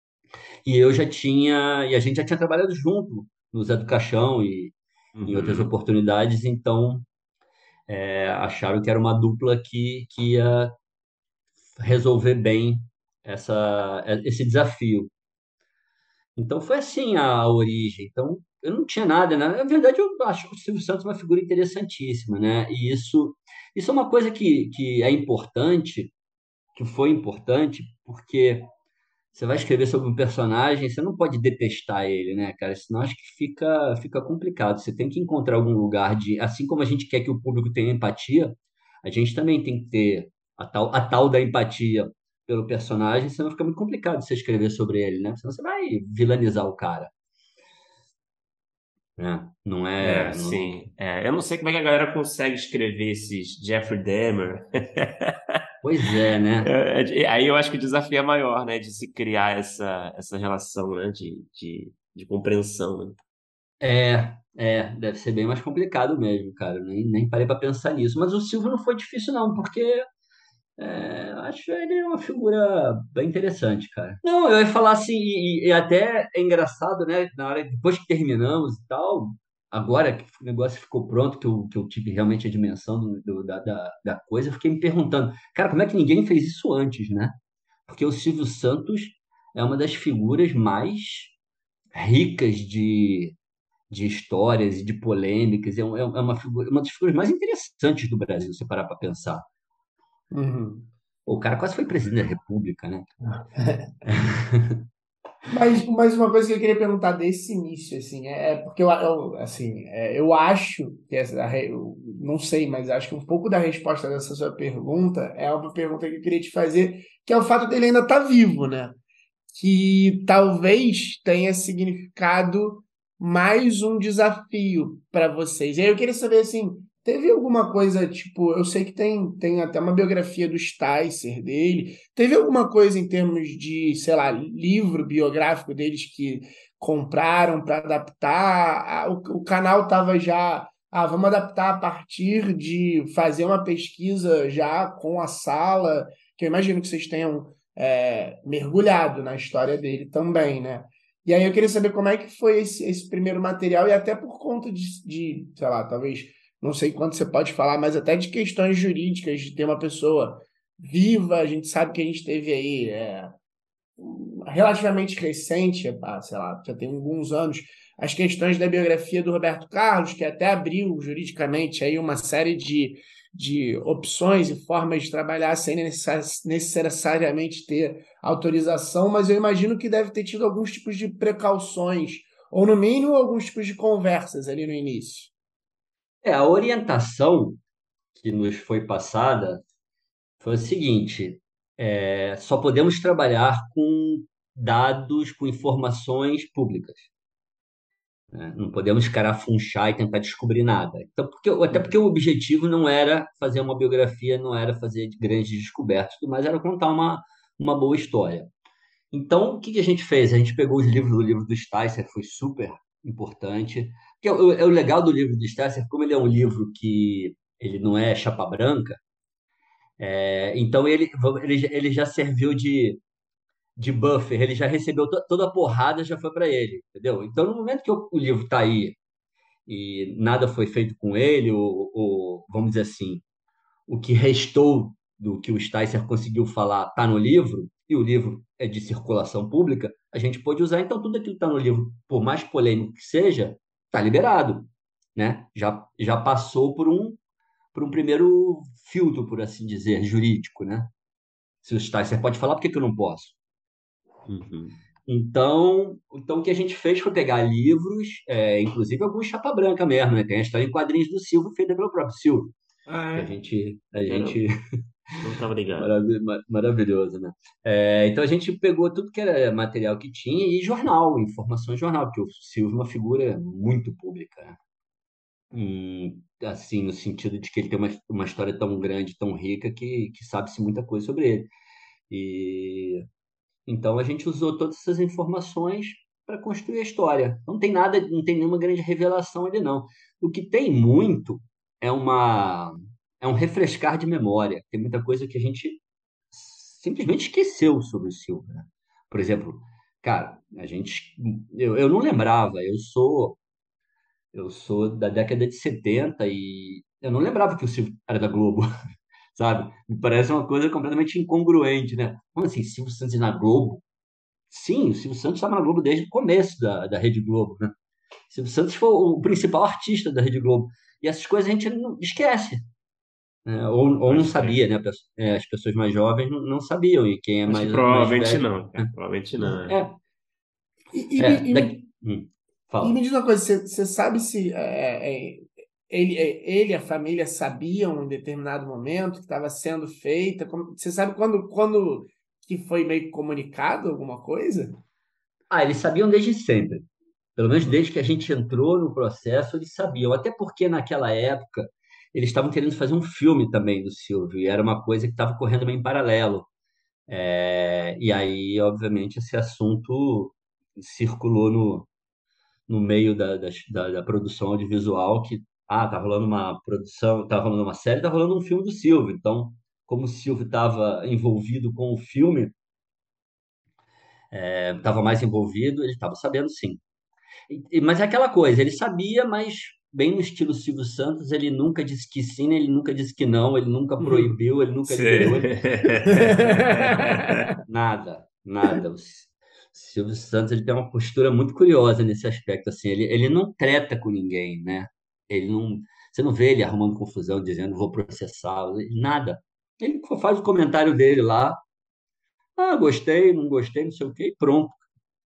Speaker 3: E a gente já tinha trabalhado junto no Zé do Caixão e em outras
Speaker 2: Uhum.
Speaker 3: oportunidades, então acharam que era uma dupla que ia resolver bem esse desafio. Então foi assim a origem. Então eu não tinha nada, né? Na verdade, eu acho o Silvio Santos uma figura interessantíssima, né? E isso é uma coisa que é importante, que foi importante, porque você vai escrever sobre um personagem, você não pode detestar ele, né, cara? Senão acho que fica complicado. Você tem que encontrar algum lugar de. Assim como a gente quer que o público tenha empatia, a gente também tem que ter a tal da empatia pelo personagem, senão fica muito complicado você escrever sobre ele, né? Senão você vai vilanizar o cara, né? Não
Speaker 2: É,
Speaker 3: é.
Speaker 2: sim. É, eu não sei como é que a galera consegue escrever esses Jeffrey Dahmer.
Speaker 3: Pois é, né?
Speaker 2: Aí eu acho que o desafio é maior, né? De se criar essa relação, né? De compreensão, né?
Speaker 3: Deve ser bem mais complicado mesmo, cara. Nem parei para pensar nisso. Mas o Silvio não foi difícil, não, porque acho ele uma figura bem interessante, cara. Não, eu ia falar assim, e até é engraçado, né? Na hora, depois que terminamos e tal, agora que o negócio ficou pronto, que eu tive realmente a dimensão da coisa, eu fiquei me perguntando, cara, como é que ninguém fez isso antes, né? Porque o Silvio Santos é uma das figuras mais ricas de histórias e de polêmicas, uma das figuras mais interessantes do Brasil, se parar para pensar.
Speaker 1: Uhum.
Speaker 3: O cara quase foi presidente da República, né?
Speaker 1: Mas uma coisa que eu queria perguntar desse início, assim, é porque assim, eu acho que eu não sei, mas acho que um pouco da resposta dessa sua pergunta é uma pergunta que eu queria te fazer, que é o fato dele ainda estar vivo, né? Que talvez tenha significado mais um desafio para vocês. E aí eu queria saber assim, teve alguma coisa, tipo, eu sei que tem até uma biografia do Sticer dele, teve alguma coisa em termos de, sei lá, livro biográfico deles que compraram para adaptar? O canal estava já, vamos adaptar a partir de fazer uma pesquisa já com a sala, que eu imagino que vocês tenham mergulhado na história dele também, né? E aí eu queria saber como é que foi esse primeiro material e até por conta sei lá, talvez, não sei quanto você pode falar, mas até de questões jurídicas, de ter uma pessoa viva, a gente sabe que a gente teve aí relativamente recente, sei lá, já tem alguns anos, as questões da biografia do Roberto Carlos, que até abriu juridicamente aí uma série de opções e formas de trabalhar sem necessariamente ter autorização, mas eu imagino que deve ter tido alguns tipos de precauções, ou no mínimo alguns tipos de conversas ali no início.
Speaker 3: A orientação que nos foi passada foi o seguinte: só podemos trabalhar com dados, com informações públicas, né? Não podemos carafunchar e tentar descobrir nada. Então, até porque o objetivo não era fazer uma biografia, não era fazer grandes descobertas, mas era contar uma boa história. Então, o que que a gente fez? A gente pegou os livros do livro do Sticer, foi super importante. Porque o legal do livro do Sticer, como ele é um livro que ele não é chapa branca, então ele já serviu de buffer, ele já recebeu toda a porrada, já foi para ele, entendeu? Então, no momento que o livro está aí e nada foi feito com ele, ou vamos dizer assim, o que restou do que o Sticer conseguiu falar está no livro, e o livro é de circulação pública, a gente pode usar. Então, tudo aquilo que está no livro, por mais polêmico que seja, está liberado, né? Já passou por um primeiro filtro, por assim dizer, jurídico, né? Se o Sticer pode falar, por que que eu não posso?
Speaker 2: Uhum.
Speaker 3: Então, o que a gente fez foi pegar livros, inclusive alguns chapa branca mesmo, né? Tem a história em quadrinhos do Silvio, feita pelo próprio Silvio,
Speaker 1: Ah,
Speaker 3: que a
Speaker 1: é?
Speaker 3: gente, a
Speaker 2: Caramba,
Speaker 3: gente
Speaker 2: não estava ligado.
Speaker 3: Maravilhoso, né? Então a gente pegou tudo que era material que tinha e jornal, informação em jornal, porque o Silvio é uma figura muito pública, né? Assim, no sentido de que ele tem uma história tão grande, tão rica, que sabe-se muita coisa sobre ele. E então a gente usou todas essas informações para construir a história. Não tem nada, não tem nenhuma grande revelação ali, não. O que tem muito é uma é um refrescar de memória. Tem muita coisa que a gente simplesmente esqueceu sobre o Silvio, né? Por exemplo, cara, eu não lembrava, eu sou da década de 70 e eu não lembrava que o Silvio era da Globo, sabe? Me parece uma coisa completamente incongruente, né? Como assim, Silvio Santos na Globo? Sim, o Silvio Santos estava na Globo desde o começo da Rede Globo, né? O Silvio Santos foi o principal artista da Rede Globo. E essas coisas a gente não esquece, né? Ou não
Speaker 2: Pode crer.
Speaker 3: sabia, né? As pessoas mais jovens não sabiam, e quem é
Speaker 2: Acho que
Speaker 3: mais
Speaker 2: provavelmente
Speaker 3: velho.
Speaker 2: não, cara. Provavelmente não.
Speaker 1: Não.
Speaker 2: É.
Speaker 1: E, e, me, e, me, e me
Speaker 3: Fala.
Speaker 1: diz uma coisa, você sabe se ele e a família sabiam em determinado momento que estava sendo feita? Você sabe quando que foi meio que comunicado alguma coisa?
Speaker 3: Eles sabiam desde sempre. Pelo menos
Speaker 1: Hum.
Speaker 3: desde que a gente entrou no processo, eles sabiam. Até porque naquela época eles estavam querendo fazer um filme também do Silvio, e era uma coisa que estava correndo meio em paralelo. E aí, obviamente, esse assunto circulou no meio da produção audiovisual que, tá rolando uma produção, tá rolando uma série, tá rolando um filme do Silvio. Então, como o Silvio estava envolvido com o filme, estava mais envolvido, ele estava sabendo sim. Mas é aquela coisa, ele sabia, mas bem no estilo Silvio Santos, ele nunca disse que sim, ele nunca disse que não, ele nunca
Speaker 1: Uhum.
Speaker 3: proibiu, ele nunca liberou, nada, nada. O Silvio Santos ele tem uma postura muito curiosa nesse aspecto, assim, ele não treta com ninguém, né? Ele não, você não vê ele arrumando confusão, dizendo vou processá-lo, nada. Ele faz o comentário dele lá, gostei, não gostei, não sei o quê, e pronto.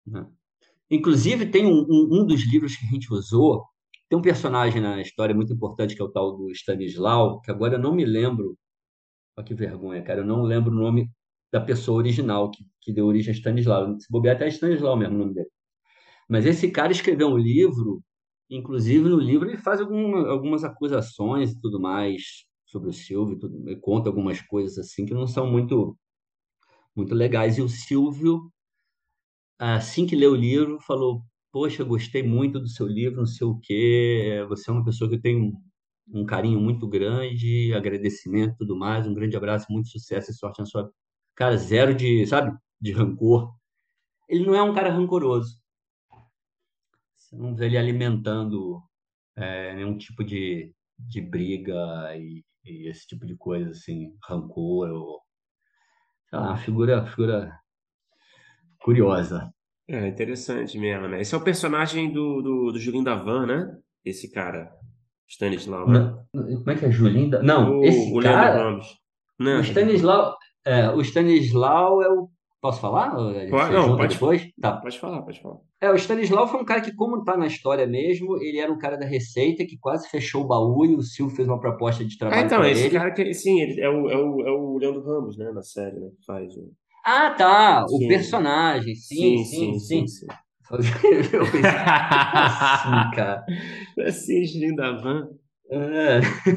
Speaker 3: né? Inclusive, tem um dos livros que a gente usou, tem um personagem na história muito importante, que é o tal do Stanislau, que agora eu não me lembro, olha que vergonha, cara, eu não lembro o nome da pessoa original que deu origem a Stanislau. Se bobear, até é Stanislau mesmo o nome dele. Mas esse cara escreveu um livro, inclusive no livro ele faz algumas acusações e tudo mais sobre o Silvio, ele conta algumas coisas assim que não são muito legais. E o Silvio, assim que leu o livro, falou: Poxa, gostei muito do seu livro, não sei o quê. Você é uma pessoa que eu tenho um carinho muito grande, agradecimento e tudo mais. Um grande abraço, muito sucesso e sorte na sua. Cara, zero de, sabe, de rancor. Ele não é um cara rancoroso. Você não vê ele alimentando nenhum tipo de briga e esse tipo de coisa, assim, rancor, ou, sei lá, uma figura curiosa.
Speaker 2: É interessante mesmo, né? Esse é o personagem do Julinho da Van, né? Esse cara, Stanislau, né?
Speaker 3: Como é que é, Julinda? Não,
Speaker 2: O
Speaker 3: esse
Speaker 2: Leandro
Speaker 3: cara,
Speaker 2: Ramos.
Speaker 3: o
Speaker 2: Não,
Speaker 3: Stanislau, o Stanislau é o. Posso falar? Ou você
Speaker 2: não,
Speaker 3: junta depois? Tá.
Speaker 2: pode falar, pode falar.
Speaker 3: O Stanislau foi um cara que, como tá na história mesmo, ele era um cara da Receita que quase fechou o baú e o Silvio fez uma proposta de
Speaker 2: Ah,
Speaker 3: trabalho
Speaker 2: então,
Speaker 3: para
Speaker 2: esse
Speaker 3: ele.
Speaker 2: cara que, sim, ele é o Leandro Ramos, né, na série, né, que faz o...
Speaker 3: Ah, tá, o
Speaker 2: Sim,
Speaker 3: personagem, sim,
Speaker 2: sim,
Speaker 3: sim,
Speaker 2: sim, sim,
Speaker 3: sim.
Speaker 2: sim.
Speaker 3: Eu pensei, como assim, cara?
Speaker 2: Assim, Julinho da Van.
Speaker 3: É.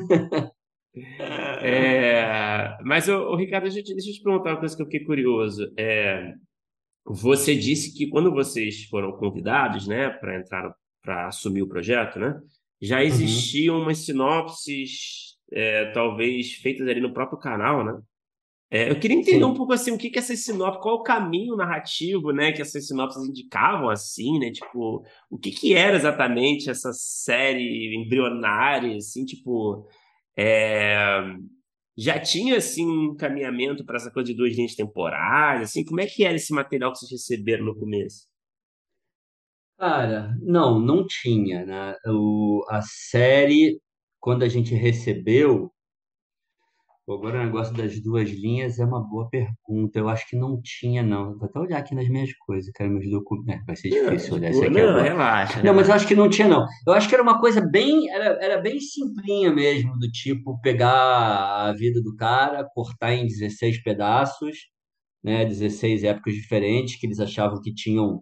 Speaker 2: Mas, Ricardo, deixa eu te perguntar uma coisa que eu fiquei curioso. Você disse que quando vocês foram convidados, né, para entrar, para assumir o projeto, né, já
Speaker 3: Uhum,
Speaker 2: existiam umas sinopses, talvez feitas ali no próprio canal, né? Eu queria entender um
Speaker 3: sim.
Speaker 2: pouco assim, o que que essas sinopses, qual o caminho narrativo, né, que essas sinopses indicavam assim, né? Tipo, o que que era exatamente essa série embrionária, assim, tipo, é, já tinha assim um encaminhamento para essa coisa de duas linhas temporais, assim, como é que era esse material que vocês receberam no começo?
Speaker 3: Cara, não tinha, né? A série, quando a gente recebeu, agora o negócio das duas linhas é uma boa pergunta. Eu acho que não tinha, não. Vou até olhar aqui nas minhas coisas, cara, meus documentos. Vai ser
Speaker 2: Não, tá
Speaker 3: difícil
Speaker 2: de
Speaker 3: olhar isso
Speaker 2: boa.
Speaker 3: aqui
Speaker 2: Não,
Speaker 3: agora.
Speaker 2: relaxa,
Speaker 3: Não, mas eu acho
Speaker 2: relaxa.
Speaker 3: que não tinha, não. Eu acho que era uma coisa bem, era bem simplinha mesmo, do tipo pegar a vida do cara, cortar em 16 pedaços, né? 16 épocas diferentes que eles achavam que tinham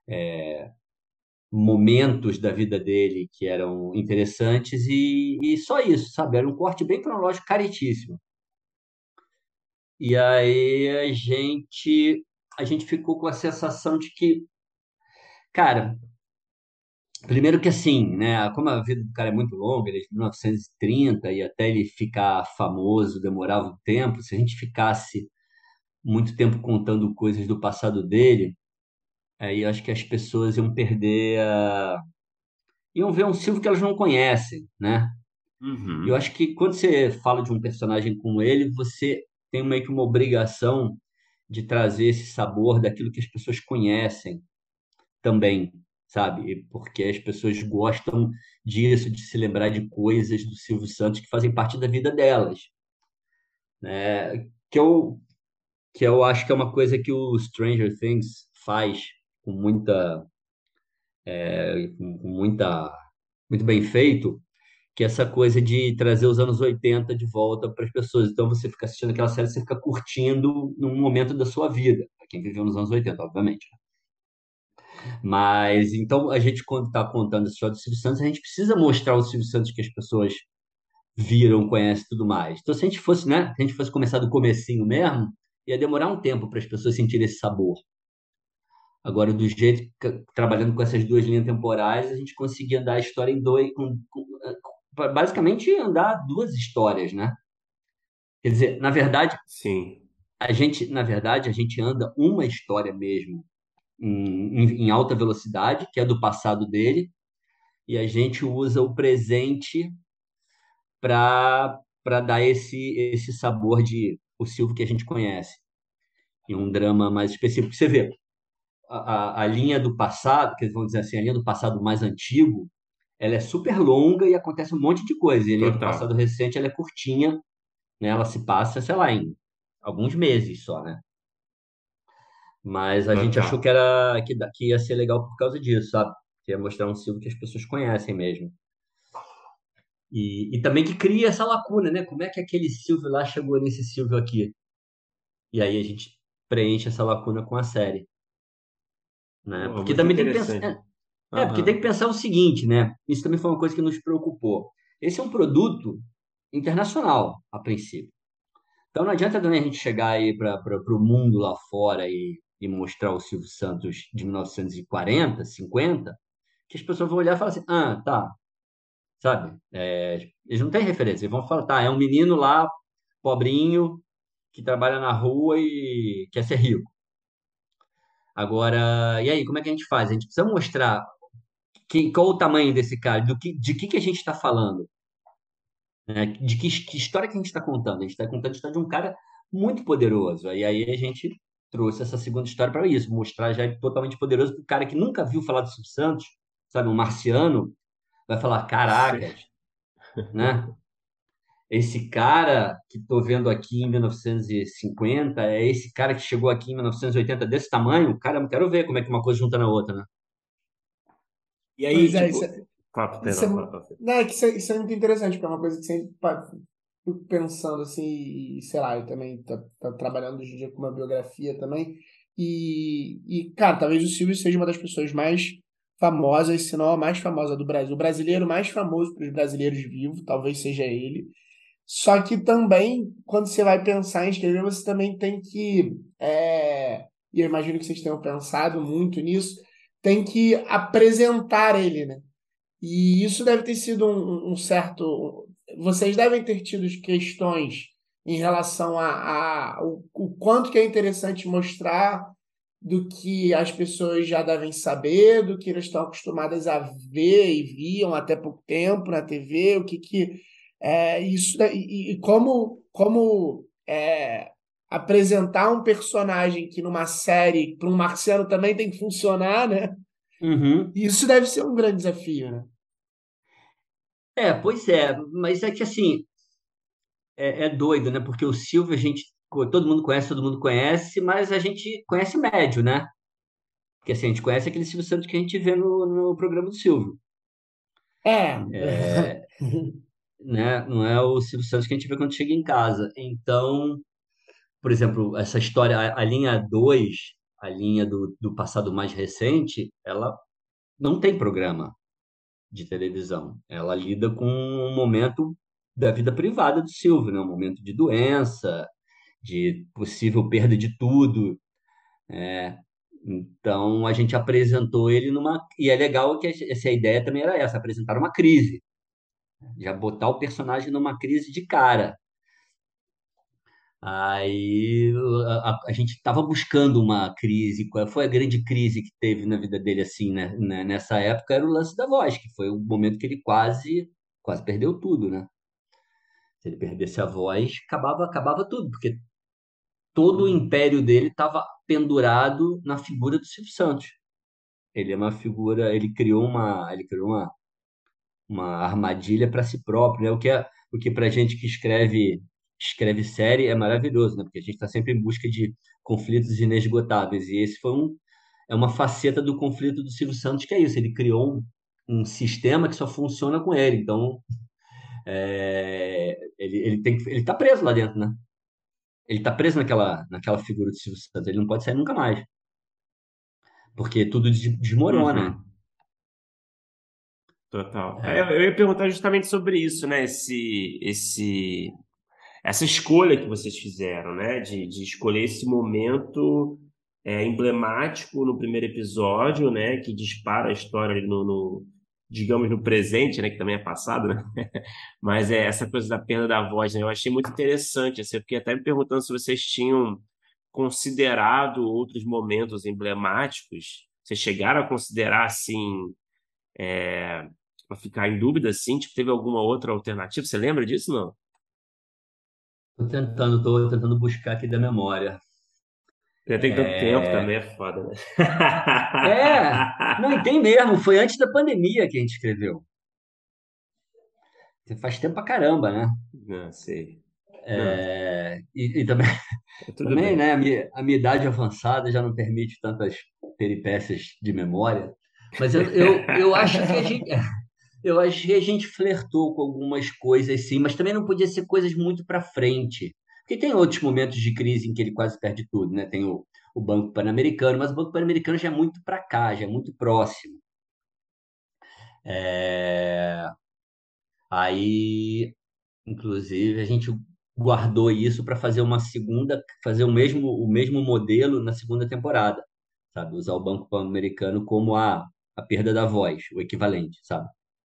Speaker 3: momentos da vida dele que eram interessantes e só isso, sabe? Era um corte bem cronológico, caretíssimo. E aí a gente ficou com a sensação de que, cara, primeiro que assim, né, como a vida do cara é muito longa, ele é de 1930 e até ele ficar famoso demorava um tempo, se a gente ficasse muito tempo contando coisas do passado dele, aí eu acho que as pessoas iam iam ver um Silvio que elas não conhecem, né? Eu
Speaker 2: Uhum.
Speaker 3: acho que quando você fala de um personagem como ele, você tem meio que uma obrigação de trazer esse sabor daquilo que as pessoas conhecem também, sabe? Porque as pessoas gostam disso, de se lembrar de coisas do Silvio Santos que fazem parte da vida delas, né? Que eu acho que é uma coisa que o Stranger Things faz com muito bem feito, que é essa coisa de trazer os anos 80 de volta para as pessoas. Então você fica assistindo aquela série, você fica curtindo num momento da sua vida, para quem viveu nos anos 80, obviamente. Mas então a gente, quando está contando a história do Silvio Santos, a gente precisa mostrar o Silvio Santos que as pessoas viram, conhecem e tudo mais. Então, se a gente fosse, né, se a gente fosse começar do comecinho mesmo, ia demorar um tempo para as pessoas sentirem esse sabor. Agora, do jeito que, trabalhando com essas duas linhas temporais, a gente conseguia andar a história em dois, basicamente andar duas histórias, né? Quer dizer,
Speaker 2: Sim.
Speaker 3: na verdade, a gente anda uma história mesmo em alta velocidade, que é do passado dele, e a gente usa o presente para dar esse sabor de o Silvio que a gente conhece, em um drama mais específico. Você vê, a linha do passado, que eles vão dizer assim, a linha do passado mais antigo, ela é super longa e acontece um monte de coisa. E a linha do passado
Speaker 2: Total.
Speaker 3: recente, ela é curtinha, né? Ela se passa, sei lá, em alguns meses só, né? Mas a gente achou que
Speaker 2: Total.
Speaker 3: era que ia ser legal por causa disso, sabe? Que ia mostrar um Silvio que as pessoas conhecem mesmo. E também que cria essa lacuna, né? Como é que aquele Silvio lá chegou nesse Silvio aqui? E aí a gente preenche essa lacuna com a série, né?
Speaker 2: Pô,
Speaker 3: Porque
Speaker 2: muito
Speaker 3: também tem que pensar,
Speaker 2: interessante.
Speaker 3: porque tem
Speaker 2: Aham.
Speaker 3: que pensar o seguinte, né? Isso também foi uma coisa que nos preocupou. Esse é um produto internacional, a princípio. Então não adianta também a gente chegar aí para o mundo lá fora e mostrar o Silvio Santos de 1940, 50, que as pessoas vão olhar e falar assim, ah, tá, sabe? Eles não têm referência, eles vão falar, tá, é um menino lá, pobrinho, que trabalha na rua e quer ser rico. Agora, e aí, como é que a gente faz? A gente precisa mostrar qual o tamanho desse cara, de que a gente está falando, né? De que história que a gente está contando. A gente está contando a história de um cara muito poderoso. Aí a gente trouxe essa segunda história para isso, mostrar já ele totalmente poderoso para o cara que nunca viu falar do Silvio Santos, sabe, um marciano, vai falar,
Speaker 2: Sim.
Speaker 3: caracas, né? Esse cara que estou vendo aqui em 1950 é esse cara que chegou aqui em 1980 desse tamanho. Cara, eu quero ver como é que uma coisa junta na outra, né?
Speaker 2: E
Speaker 1: Pois
Speaker 2: aí,
Speaker 1: é,
Speaker 2: tipo. Fala,
Speaker 1: isso é,
Speaker 2: perdão, fala.
Speaker 1: não, é que isso é muito interessante, porque é uma coisa que sempre fico pensando assim, e sei lá, eu também tá trabalhando hoje em dia com uma biografia também, cara, talvez o Silvio seja uma das pessoas mais famosas, se não a mais famosa do Brasil. O brasileiro mais famoso para os brasileiros vivos, talvez seja ele. Só que também, quando você vai pensar em escrever, você também tem que, e eu imagino que vocês tenham pensado muito nisso, tem que apresentar ele, né? E isso deve ter sido um certo. Vocês devem ter tido questões em relação o quanto que é interessante mostrar do que as pessoas já devem saber, do que elas estão acostumadas a ver e viam até pouco tempo na TV, o que que é isso e como apresentar um personagem que numa série para um marciano também tem que funcionar, né?
Speaker 3: Uhum.
Speaker 1: Isso deve ser um grande desafio, né?
Speaker 3: Pois é, mas é que assim, é doido, né? Porque o Silvio a gente, todo mundo conhece, mas a gente conhece médio, né? Porque assim, a gente conhece aquele Silvio Santos que a gente vê no programa do Silvio,
Speaker 1: É.
Speaker 3: né? Não é o Silvio Santos que a gente vê quando chega em casa. Então, por exemplo, essa história, a linha 2, a linha do passado mais recente, ela não tem programa de televisão. Ela lida com um momento da vida privada do Silvio, né? Um momento de doença, de possível perda de tudo. Então a gente apresentou ele numa. E é legal que essa ideia também era essa, apresentar uma crise. Já botar o personagem numa crise de cara. Aí a gente estava buscando uma crise. Qual foi a grande crise que teve na vida dele assim, né? Nessa época era o lance da voz, que foi o momento que ele quase perdeu tudo, né? Se ele perdesse a voz, acabava tudo, porque todo o
Speaker 2: Uhum.
Speaker 3: império dele estava pendurado na figura do Silvio Santos. Ele é uma figura, ele criou uma armadilha para si próprio, né? O que para gente que escreve série é maravilhoso, né? Porque a gente está sempre em busca de conflitos inesgotáveis e esse é uma faceta do conflito do Silvio Santos que é isso. Ele criou um sistema que só funciona com ele. Então ele tá preso lá dentro, né? Ele tá preso naquela figura do Silvio Santos. Ele não pode sair nunca mais, porque tudo desmorona.
Speaker 2: Uhum. Total.
Speaker 3: É.
Speaker 2: Eu ia perguntar justamente sobre isso, né? Essa escolha que vocês fizeram, né? De escolher esse momento emblemático no primeiro episódio, né? Que dispara a história ali digamos, no presente, né? Que também é passado, né? Mas é essa coisa da perda da voz, né? Eu achei muito interessante, assim, eu fiquei até me perguntando se vocês tinham considerado outros momentos emblemáticos. Vocês chegaram a considerar, assim, para ficar em dúvida, assim, tipo, teve alguma outra alternativa? Você lembra disso, não?
Speaker 3: Tô tentando buscar aqui da memória.
Speaker 2: Já tem tanto tempo também, é foda, né?
Speaker 3: Não, e tem mesmo, foi antes da pandemia que a gente escreveu. Faz tempo pra caramba, né?
Speaker 2: Não sei. Não,
Speaker 3: E também,
Speaker 2: tudo
Speaker 3: também,
Speaker 2: bem.
Speaker 3: né, a minha idade avançada já não permite tantas peripécias de memória, mas eu acho que a gente, eu acho que a gente flertou com algumas coisas, sim, mas também não podia ser coisas muito para frente. Porque tem outros momentos de crise em que ele quase perde tudo, né? Tem o Banco Pan-Americano, mas o Banco Pan-Americano já é muito para cá, já é muito próximo. É, Aí, inclusive, a gente guardou isso para fazer uma segunda, fazer o mesmo modelo na segunda temporada, sabe? Usar o Banco Pan-Americano como a perda da voz, o equivalente, sabe?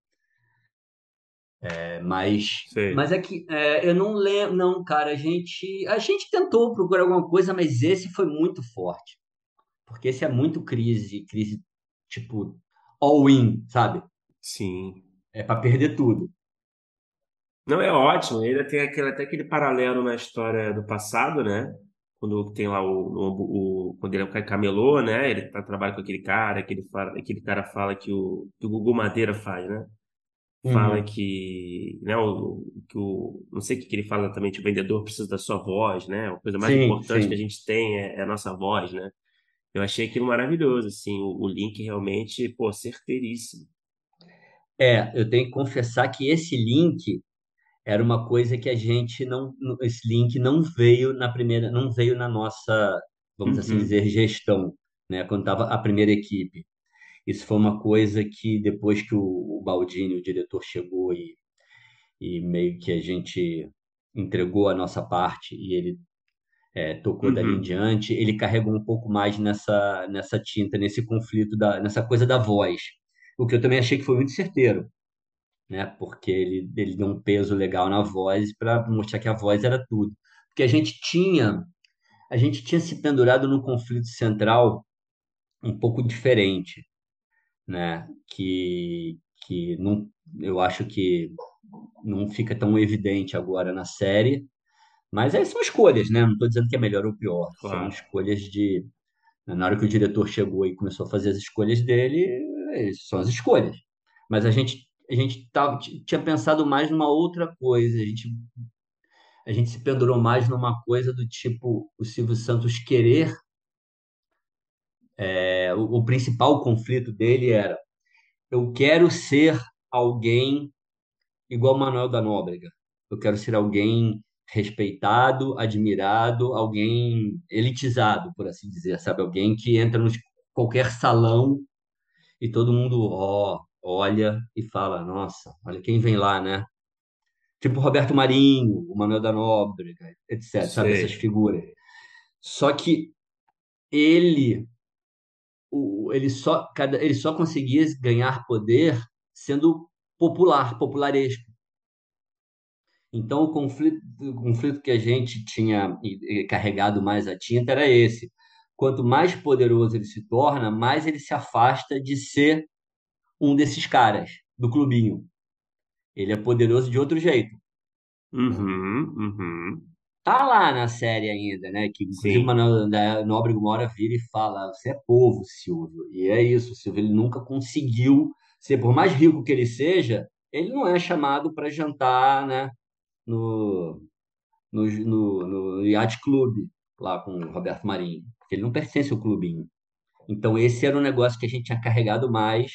Speaker 3: Mas
Speaker 2: Sei.
Speaker 3: é que eu não lembro, não, cara. A gente tentou procurar alguma coisa, mas esse foi muito forte, porque esse é muito crise tipo all in, sabe?
Speaker 2: Sim.
Speaker 3: É para perder tudo.
Speaker 2: Não, é ótimo. Ainda tem até aquele paralelo na história do passado, né? Quando tem lá quando ele é o camelô, né? Ele trabalha com aquele cara, aquele cara fala que o Gugu Madeira faz, né? Fala
Speaker 3: Uhum.
Speaker 2: que, né, não sei o que que ele fala exatamente, o vendedor precisa da sua voz, né? A coisa mais
Speaker 3: Sim,
Speaker 2: importante que a
Speaker 3: sim.
Speaker 2: gente tem é a nossa voz, né? Eu achei aquilo maravilhoso, assim, o link realmente, pô, certeiríssimo.
Speaker 3: Eu tenho que confessar que esse link era uma coisa que a gente esse link não veio na primeira, não veio na nossa, vamos assim
Speaker 2: Uhum,
Speaker 3: dizer, gestão, né? Quando estava a primeira equipe. Isso foi uma coisa que depois que o Baldini, o diretor, chegou e meio que a gente entregou a nossa parte e ele tocou dali em
Speaker 2: uhum,
Speaker 3: diante, ele carregou um pouco mais nessa tinta, nesse conflito, nessa coisa da voz. O que eu também achei que foi muito certeiro, né? Porque ele deu um peso legal na voz para mostrar que a voz era tudo. Porque a gente tinha se pendurado num conflito central um pouco diferente, né? Que não, eu acho que não fica tão evidente agora na série, mas aí são escolhas, né? Não estou dizendo que é melhor ou pior, são
Speaker 2: claro.
Speaker 3: escolhas de. Na hora que o diretor chegou e começou a fazer as escolhas dele, são as escolhas. Mas a gente tinha pensado mais numa outra coisa, a gente se pendurou mais numa coisa do tipo o Silvio Santos querer. O principal conflito dele era: eu quero ser alguém igual Manuel da Nóbrega. Eu quero ser alguém respeitado, admirado, alguém elitizado, por assim dizer, sabe? Alguém que entra em qualquer salão e todo mundo olha e fala: nossa, olha quem vem lá, né? Tipo Roberto Marinho, o Manuel da Nóbrega, etc, sabe? Essas
Speaker 2: Sei.
Speaker 3: figuras. Só que ele, ele só conseguia ganhar poder sendo popular, popularesco. Então, o conflito que a gente tinha carregado mais a tinta era esse. Quanto mais poderoso ele se torna, mais ele se afasta de ser um desses caras do clubinho. Ele é poderoso de outro jeito, né?
Speaker 2: Uhum, uhum.
Speaker 3: Tá lá na série ainda, né? Que inclusive o
Speaker 2: Sim.
Speaker 3: Manuel da Nóbrega uma hora vira e fala: você é povo, Silvio. E é isso, o Silvio ele nunca conseguiu ser, por mais rico que ele seja, ele não é chamado para jantar, né? No Yacht Club, lá com o Roberto Marinho, porque ele não pertence ao clubinho. Então, esse era um negócio que a gente tinha carregado mais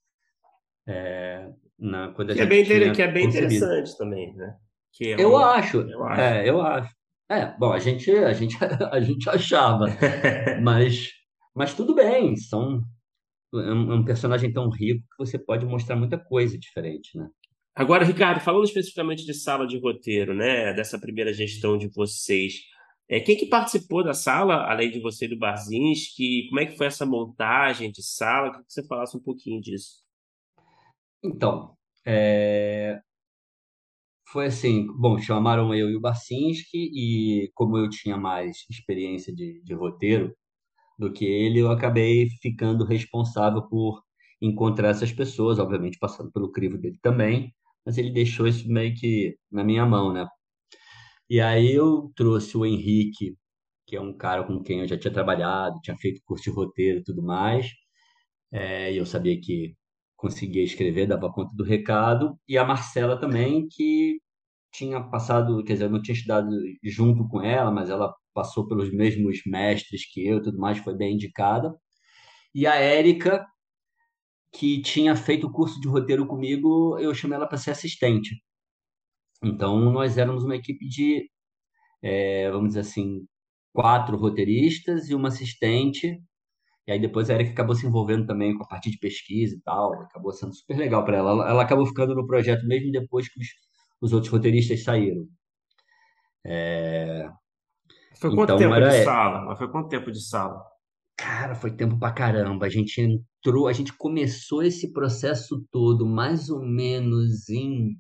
Speaker 3: quando a gente
Speaker 2: Que
Speaker 3: tinha
Speaker 2: é bem
Speaker 3: concebido.
Speaker 2: interessante também, né? Que é
Speaker 3: Eu
Speaker 2: um,
Speaker 3: acho,
Speaker 2: eu acho.
Speaker 3: eu acho. Bom, a gente achava, mas, mas tudo bem, é um personagem tão rico que você pode mostrar muita coisa diferente, né?
Speaker 2: Agora, Ricardo, falando especificamente de sala de roteiro, né, dessa primeira gestão de vocês, quem que participou da sala, além de você e do Barzinski? Como é que foi essa montagem de sala? Queria que você falasse um pouquinho disso.
Speaker 3: Então, é, foi assim, bom, chamaram eu e o Barcinski, e como eu tinha mais experiência de roteiro do que ele, eu acabei ficando responsável por encontrar essas pessoas, obviamente passando pelo crivo dele também, mas ele deixou isso meio que na minha mão, né? E aí eu trouxe o Henrique, que é um cara com quem eu já tinha trabalhado, tinha feito curso de roteiro e tudo mais, e eu sabia que conseguia escrever, dava conta do recado, e a Marcela também, que tinha passado, quer dizer, eu não tinha estudado junto com ela, mas ela passou pelos mesmos mestres que eu, e tudo mais, foi bem indicada. E a Érica, que tinha feito o curso de roteiro comigo, eu chamei ela para ser assistente. Então, nós éramos uma equipe de, vamos dizer assim, 4 roteiristas e uma assistente. E aí depois a Erika acabou se envolvendo também com a parte de pesquisa e tal. Acabou sendo super legal para ela. Ela acabou ficando no projeto mesmo depois que os outros roteiristas saíram.
Speaker 2: Foi quanto
Speaker 3: Então
Speaker 2: tempo de
Speaker 3: era,
Speaker 2: sala? Mas foi quanto tempo de sala?
Speaker 3: cara, foi tempo pra caramba. A gente entrou, a gente começou esse processo todo mais ou menos em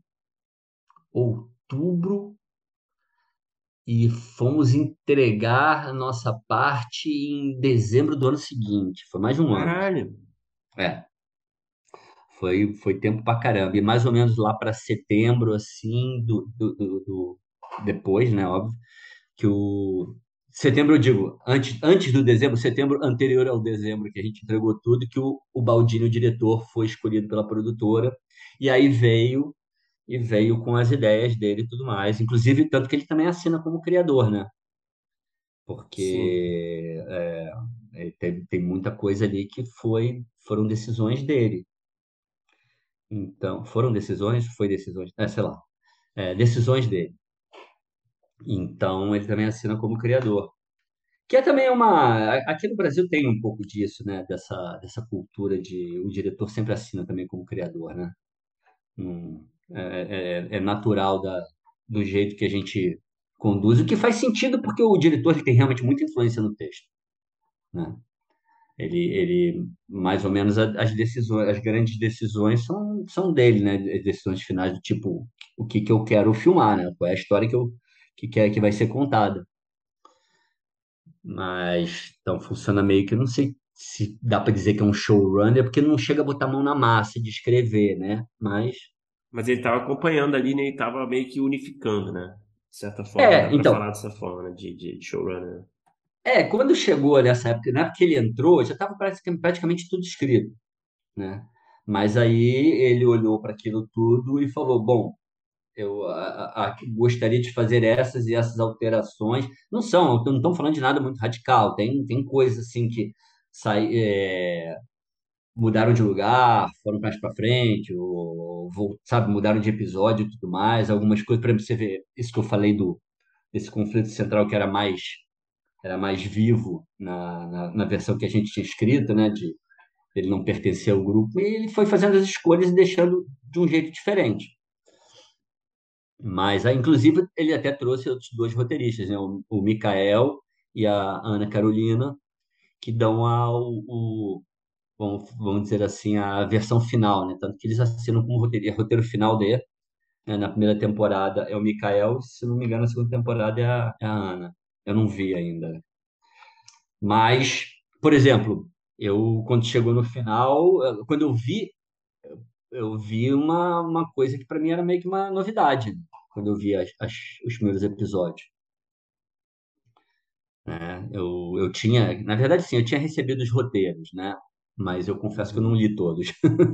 Speaker 3: outubro e fomos entregar a nossa parte em dezembro do ano seguinte. Foi mais de um ano.
Speaker 2: Caralho.
Speaker 3: É, foi tempo pra caramba. E mais ou menos lá para setembro, assim, depois, né, óbvio, que o. Setembro, eu digo, antes do dezembro, setembro anterior ao dezembro, que a gente entregou tudo, que o Baldini, o diretor, foi escolhido pela produtora. E aí veio com as ideias dele e tudo mais. Inclusive, tanto que ele também assina como criador, né?
Speaker 2: Sim.
Speaker 3: Porque tem muita coisa ali que foram decisões dele. Então, foram decisões? Foi decisões? Sei lá. Decisões dele. Então, ele também assina como criador. Que é também uma. Aqui no Brasil tem um pouco disso, né? Dessa cultura de o diretor sempre assina também como criador, né? É natural do jeito que a gente conduz, o que faz sentido porque o diretor ele tem realmente muita influência no texto, né? Ele mais ou menos as decisões, as grandes decisões são dele, né? As decisões finais do tipo o que que eu quero filmar, né? Qual é a história que vai ser contada. Mas então funciona meio que eu não sei se dá para dizer que é um showrunner, porque não chega a botar a mão na massa de escrever, né? Mas
Speaker 2: Mas ele estava acompanhando ali, né? E estava meio que unificando, né? De certa forma, dá para
Speaker 3: então,
Speaker 2: falar dessa forma, né? De showrunner.
Speaker 3: quando chegou nessa época, na época que ele entrou, já estava praticamente tudo escrito, né? Mas aí ele olhou para aquilo tudo e falou: bom, eu gostaria de fazer essas e essas alterações. Não estão falando de nada muito radical. Tem coisas assim que mudaram de lugar, foram mais para frente, sabe, mudaram de episódio e tudo mais. Algumas coisas, para você ver, isso que eu falei desse conflito central que era mais vivo na versão que a gente tinha escrito, né, de ele não pertencer ao grupo, e ele foi fazendo as escolhas e deixando de um jeito diferente. Mas, inclusive, ele até trouxe outros 2 roteiristas, né, o Mikael e a Ana Carolina, que dão vamos dizer assim, a versão final, né? Tanto que eles assinam como roteiro final dele, né? Na primeira temporada é o Mikael, se não me engano, na segunda temporada é a Ana. Eu não vi ainda. Mas, por exemplo, quando chegou no final, quando eu vi uma coisa que para mim era meio que uma novidade, né? Quando eu vi os primeiros episódios, né? Eu tinha, na verdade, sim, eu tinha recebido os roteiros, né? Mas eu confesso que eu não
Speaker 2: Uhum.
Speaker 3: li todos.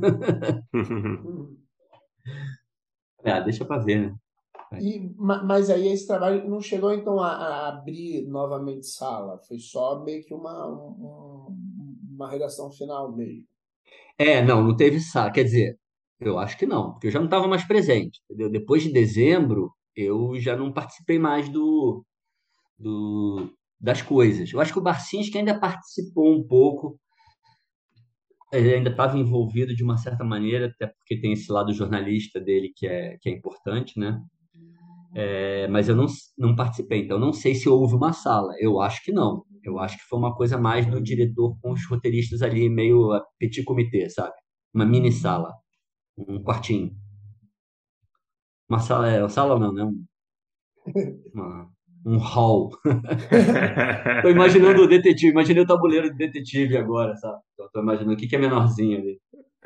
Speaker 3: Deixa pra ver, né?
Speaker 1: Mas aí esse trabalho não chegou então a abrir novamente sala, foi só meio que uma redação final mesmo.
Speaker 3: Não teve saque. Quer dizer, eu acho que não, porque eu já não estava mais presente, entendeu? Depois de dezembro, eu já não participei mais das coisas. Eu acho que o Barcinski ainda participou um pouco, ele ainda estava envolvido de uma certa maneira, até porque tem esse lado jornalista dele que é importante, né? Mas eu não participei, então não sei se houve uma sala. Eu acho que não. Eu acho que foi uma coisa mais do diretor com os roteiristas ali, meio petit comité, sabe? Uma mini sala, um quartinho. Uma sala, sala não, né? Um hall. Tô imaginando o detetive, imaginei o tabuleiro de detetive agora, sabe? Tô imaginando o que é menorzinho ali.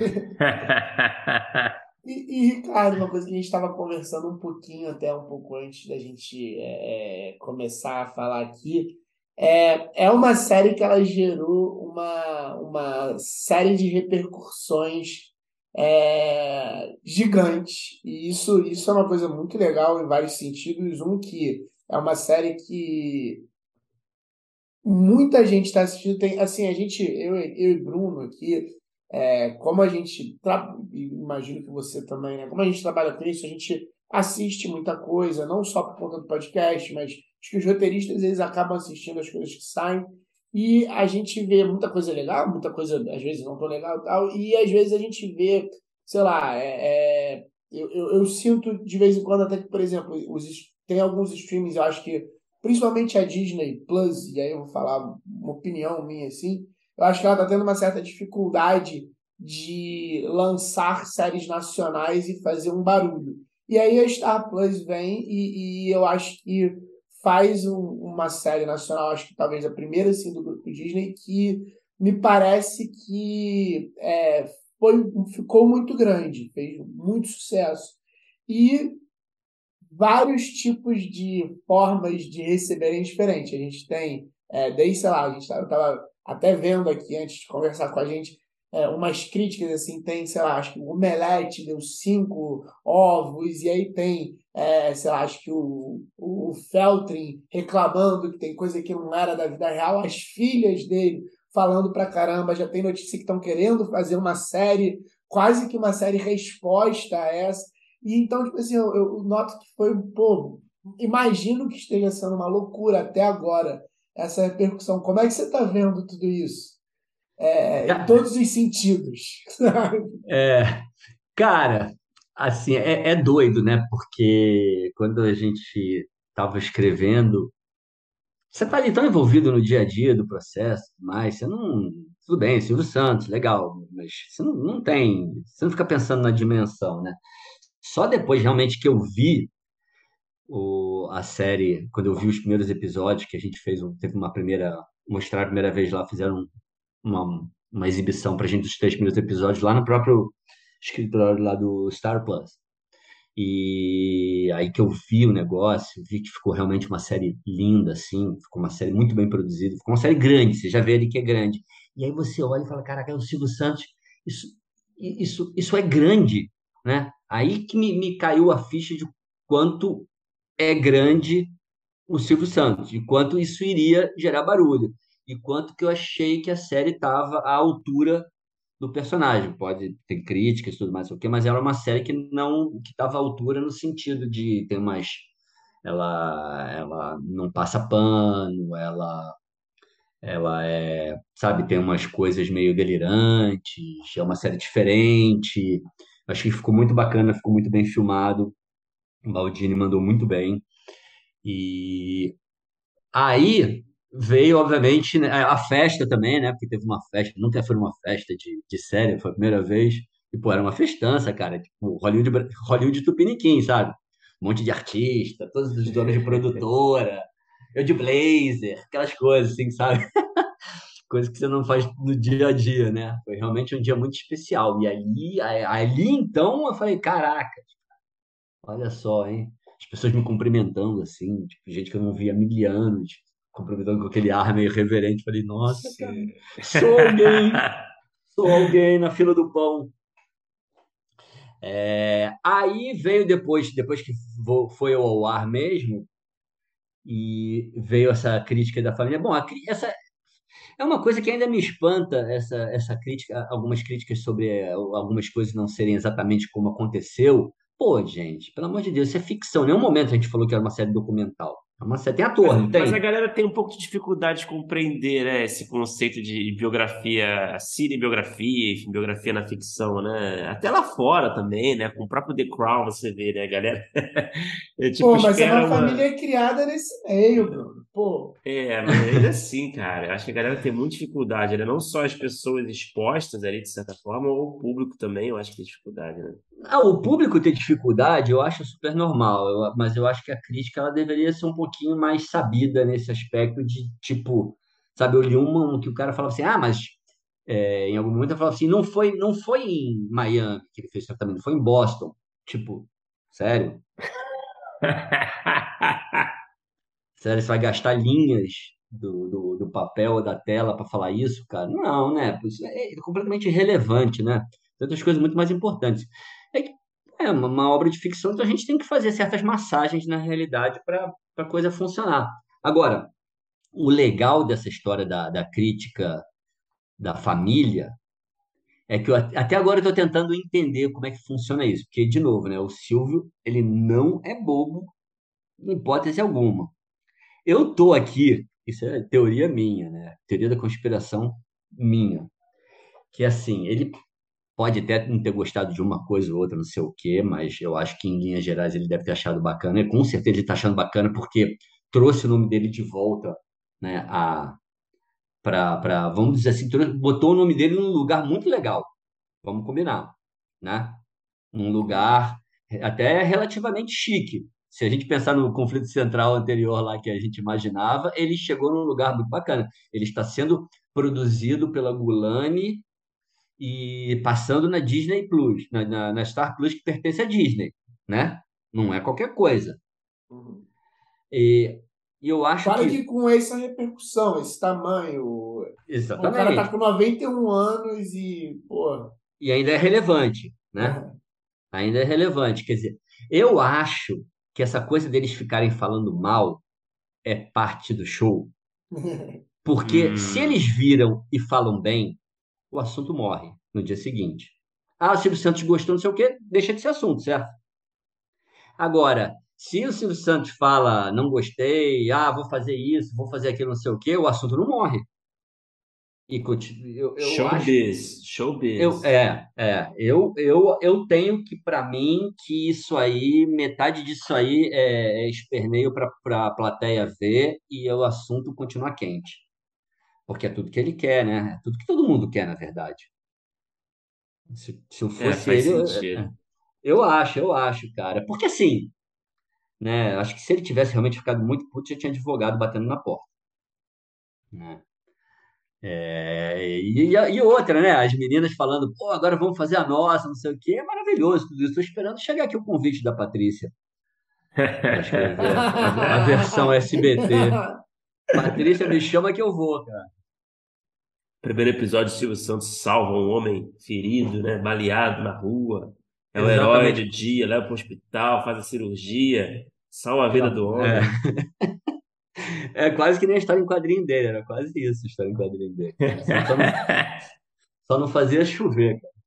Speaker 1: Ricardo, uma coisa que a gente estava conversando um pouquinho, até um pouco antes da gente começar a falar aqui, é uma série que ela gerou uma série de repercussões gigante. E isso é uma coisa muito legal em vários sentidos. Um, que é uma série que muita gente está assistindo. Tem, assim, eu e Bruno aqui, como a gente, imagino que você também, né? Como a gente trabalha com isso, a gente assiste muita coisa, não só por conta do podcast, mas acho que os roteiristas, eles acabam assistindo as coisas que saem. E a gente vê muita coisa legal, muita coisa, às vezes, não tão legal e tal. E às vezes a gente vê, sei lá, eu sinto de vez em quando até que, por exemplo, tem alguns streamings, eu acho que principalmente a Disney Plus, e aí eu vou falar uma opinião minha assim, eu acho que ela está tendo uma certa dificuldade de lançar séries nacionais e fazer um barulho. E aí a Star Plus vem e eu acho que faz uma série nacional, acho que talvez a primeira assim, do grupo Disney, que me parece que ficou muito grande, fez muito sucesso. E vários tipos de formas de receberem diferentes. A gente tem, desde, sei lá, eu estava até vendo aqui antes de conversar com a gente, umas críticas assim, tem, sei lá, acho que o Omelete deu 5 ovos, e aí tem, sei lá, acho que o Feltrin reclamando que tem coisa que não era da vida real, as filhas dele falando pra caramba, já tem notícia que estão querendo fazer uma série, quase que uma série resposta a essa. E então, tipo assim, eu noto que foi, pô, imagino que esteja sendo uma loucura até agora essa repercussão. Como é que você está vendo tudo isso? Em
Speaker 3: Ca-
Speaker 1: todos os sentidos. Sabe?
Speaker 3: É, cara, assim, é doido, né? Porque quando a gente estava escrevendo, você tá ali tão envolvido no dia a dia do processo, mas você não. Tudo bem, Silvio Santos, legal, mas você não tem. Você não fica pensando na dimensão, né? Só depois realmente que eu vi a série, quando eu vi os primeiros episódios, que a gente fez, teve uma primeira. Mostrar a primeira vez lá, fizeram uma exibição pra gente dos 3 primeiros episódios lá no próprio escritório lá do Star Plus. E aí que eu vi o negócio, vi que ficou realmente uma série linda, assim, ficou uma série muito bem produzida, ficou uma série grande, você já vê ali que é grande. E aí você olha e fala, caraca, é o Silvio Santos, isso, isso é grande, né? Aí que me caiu a ficha de quanto é grande o Silvio Santos, e quanto isso iria gerar barulho, e quanto que eu achei que a série estava à altura do personagem. Pode ter críticas e tudo mais, o quê, mas ela é uma série que não que estava à altura no sentido de ter mais ela não passa pano, ela sabe, tem umas coisas meio delirantes, é uma série diferente. Acho que ficou muito bacana, ficou muito bem filmado. O Baldini mandou muito bem. E aí veio, obviamente, né, a festa também, né? Porque teve uma festa, nunca foi uma festa de série, foi a primeira vez. E, pô, era uma festança, cara. Tipo, Hollywood, Hollywood Tupiniquim, sabe? Um monte de artista, todos os donos de produtora, eu de blazer, aquelas coisas, assim, sabe? Coisas que você não faz no dia a dia, né? Foi realmente um dia muito especial. E ali então, eu falei, caraca, olha só, hein? As pessoas me cumprimentando assim, tipo, gente que eu não via há mil anos, cumprimentando com aquele ar meio reverente. Falei, nossa, cara,
Speaker 2: Sim.
Speaker 3: sou alguém, sou alguém na fila do pão. Aí veio depois que foi ao ar mesmo, e veio essa crítica da família. Bom, essa é uma coisa que ainda me espanta, essa crítica, algumas críticas sobre algumas coisas não serem exatamente como aconteceu. Pô, gente, pelo amor de Deus, isso é ficção. Em nenhum momento a gente falou que era uma série documental. É uma série, tem ator, não
Speaker 2: Mas a
Speaker 3: tem?
Speaker 2: galera tem um pouco de dificuldade de compreender, né, esse conceito de biografia, cinebiografia, enfim, biografia na ficção, né? Até lá fora também, né? Com o próprio The Crown você vê, né, a galera? Tipo,
Speaker 1: Pô, mas é
Speaker 2: espera
Speaker 1: uma
Speaker 2: uma.
Speaker 1: família criada nesse meio, Bruno. Pô,
Speaker 2: Mas ainda assim, cara, eu acho que a galera tem muita dificuldade, né? Não só as pessoas expostas ali, de certa forma, ou o público também, eu acho que tem dificuldade, né?
Speaker 3: Ah, o público ter dificuldade, eu acho super normal, mas eu acho que a crítica ela deveria ser um pouquinho mais sabida nesse aspecto de, tipo, sabe, eu li uma que o cara falava assim, mas em algum momento ele falava assim, não foi em Miami que ele fez o tratamento, foi em Boston. Tipo, sério? Sério, você vai gastar linhas do papel ou da tela para falar isso, cara? Não, né? Isso é completamente irrelevante, né? tem outras coisas muito mais importantes. É, que é uma obra de ficção, então a gente tem que fazer certas massagens na realidade para a coisa funcionar. Agora, o legal dessa história da crítica da família é que até agora eu estou tentando entender como é que funciona isso, porque, de novo, né, o Silvio, ele não é bobo em hipótese alguma. Eu tô aqui, isso é teoria minha, né? Teoria da conspiração minha, que assim, ele pode até não ter gostado de uma coisa ou outra, não sei o quê, mas eu acho que em linhas gerais ele deve ter achado bacana, e com certeza ele está achando bacana porque trouxe o nome dele de volta, né, vamos dizer assim, botou o nome dele num lugar muito legal, vamos combinar, né? Um lugar até relativamente chique. Se a gente pensar no conflito central anterior lá que a gente imaginava, ele chegou num lugar muito bacana. Ele está sendo produzido pela Gulani e passando na Disney Plus, na Star Plus que pertence à Disney, né? Não é qualquer coisa.
Speaker 1: Uhum.
Speaker 3: E, e eu acho
Speaker 1: Fora
Speaker 3: que
Speaker 1: que com essa repercussão, esse tamanho, o cara tá
Speaker 3: exatamente.
Speaker 1: com 91 anos e, pô.
Speaker 3: E ainda é relevante, né?
Speaker 1: Aham.
Speaker 3: Ainda é relevante. Quer dizer, eu acho que essa coisa deles ficarem falando mal é parte do show. Porque se eles
Speaker 2: Hum,
Speaker 3: viram e falam bem, o assunto morre no dia seguinte. Ah, o Silvio Santos gostou, não sei o quê, deixa de ser assunto, certo? Agora, se o Silvio Santos fala, não gostei, ah, vou fazer isso, vou fazer aquilo, não sei o quê, o assunto não morre. E eu acho,
Speaker 2: showbiz, showbiz.
Speaker 3: eu tenho que, para mim, que isso aí, metade disso aí é esperneio para a plateia ver e o assunto continuar quente. Porque é tudo que ele quer, né? É tudo que todo mundo quer, na verdade. Se eu
Speaker 2: É,
Speaker 3: fosse
Speaker 2: faz
Speaker 3: ele,
Speaker 2: sentido.
Speaker 3: eu acho, cara. Porque assim, né? Acho que se ele tivesse realmente ficado muito puto, já tinha advogado batendo na porta, né? E outra, né? As meninas falando, pô, agora vamos fazer a nossa, não sei o quê. É maravilhoso tudo isso. Estou esperando chegar aqui o convite da Patrícia para escrever a versão SBT. Patrícia, me chama que eu vou, cara.
Speaker 2: Primeiro episódio, Silvio Santos salva um homem ferido, né, baleado na rua. É o herói
Speaker 3: Exatamente.
Speaker 2: do dia, leva para o hospital, faz a cirurgia, salva a vida
Speaker 3: Aquela,
Speaker 2: do homem.
Speaker 3: é quase que nem a história em quadrinho dele, era quase isso, a história em quadrinho dele, cara. Só não fazia chover, cara.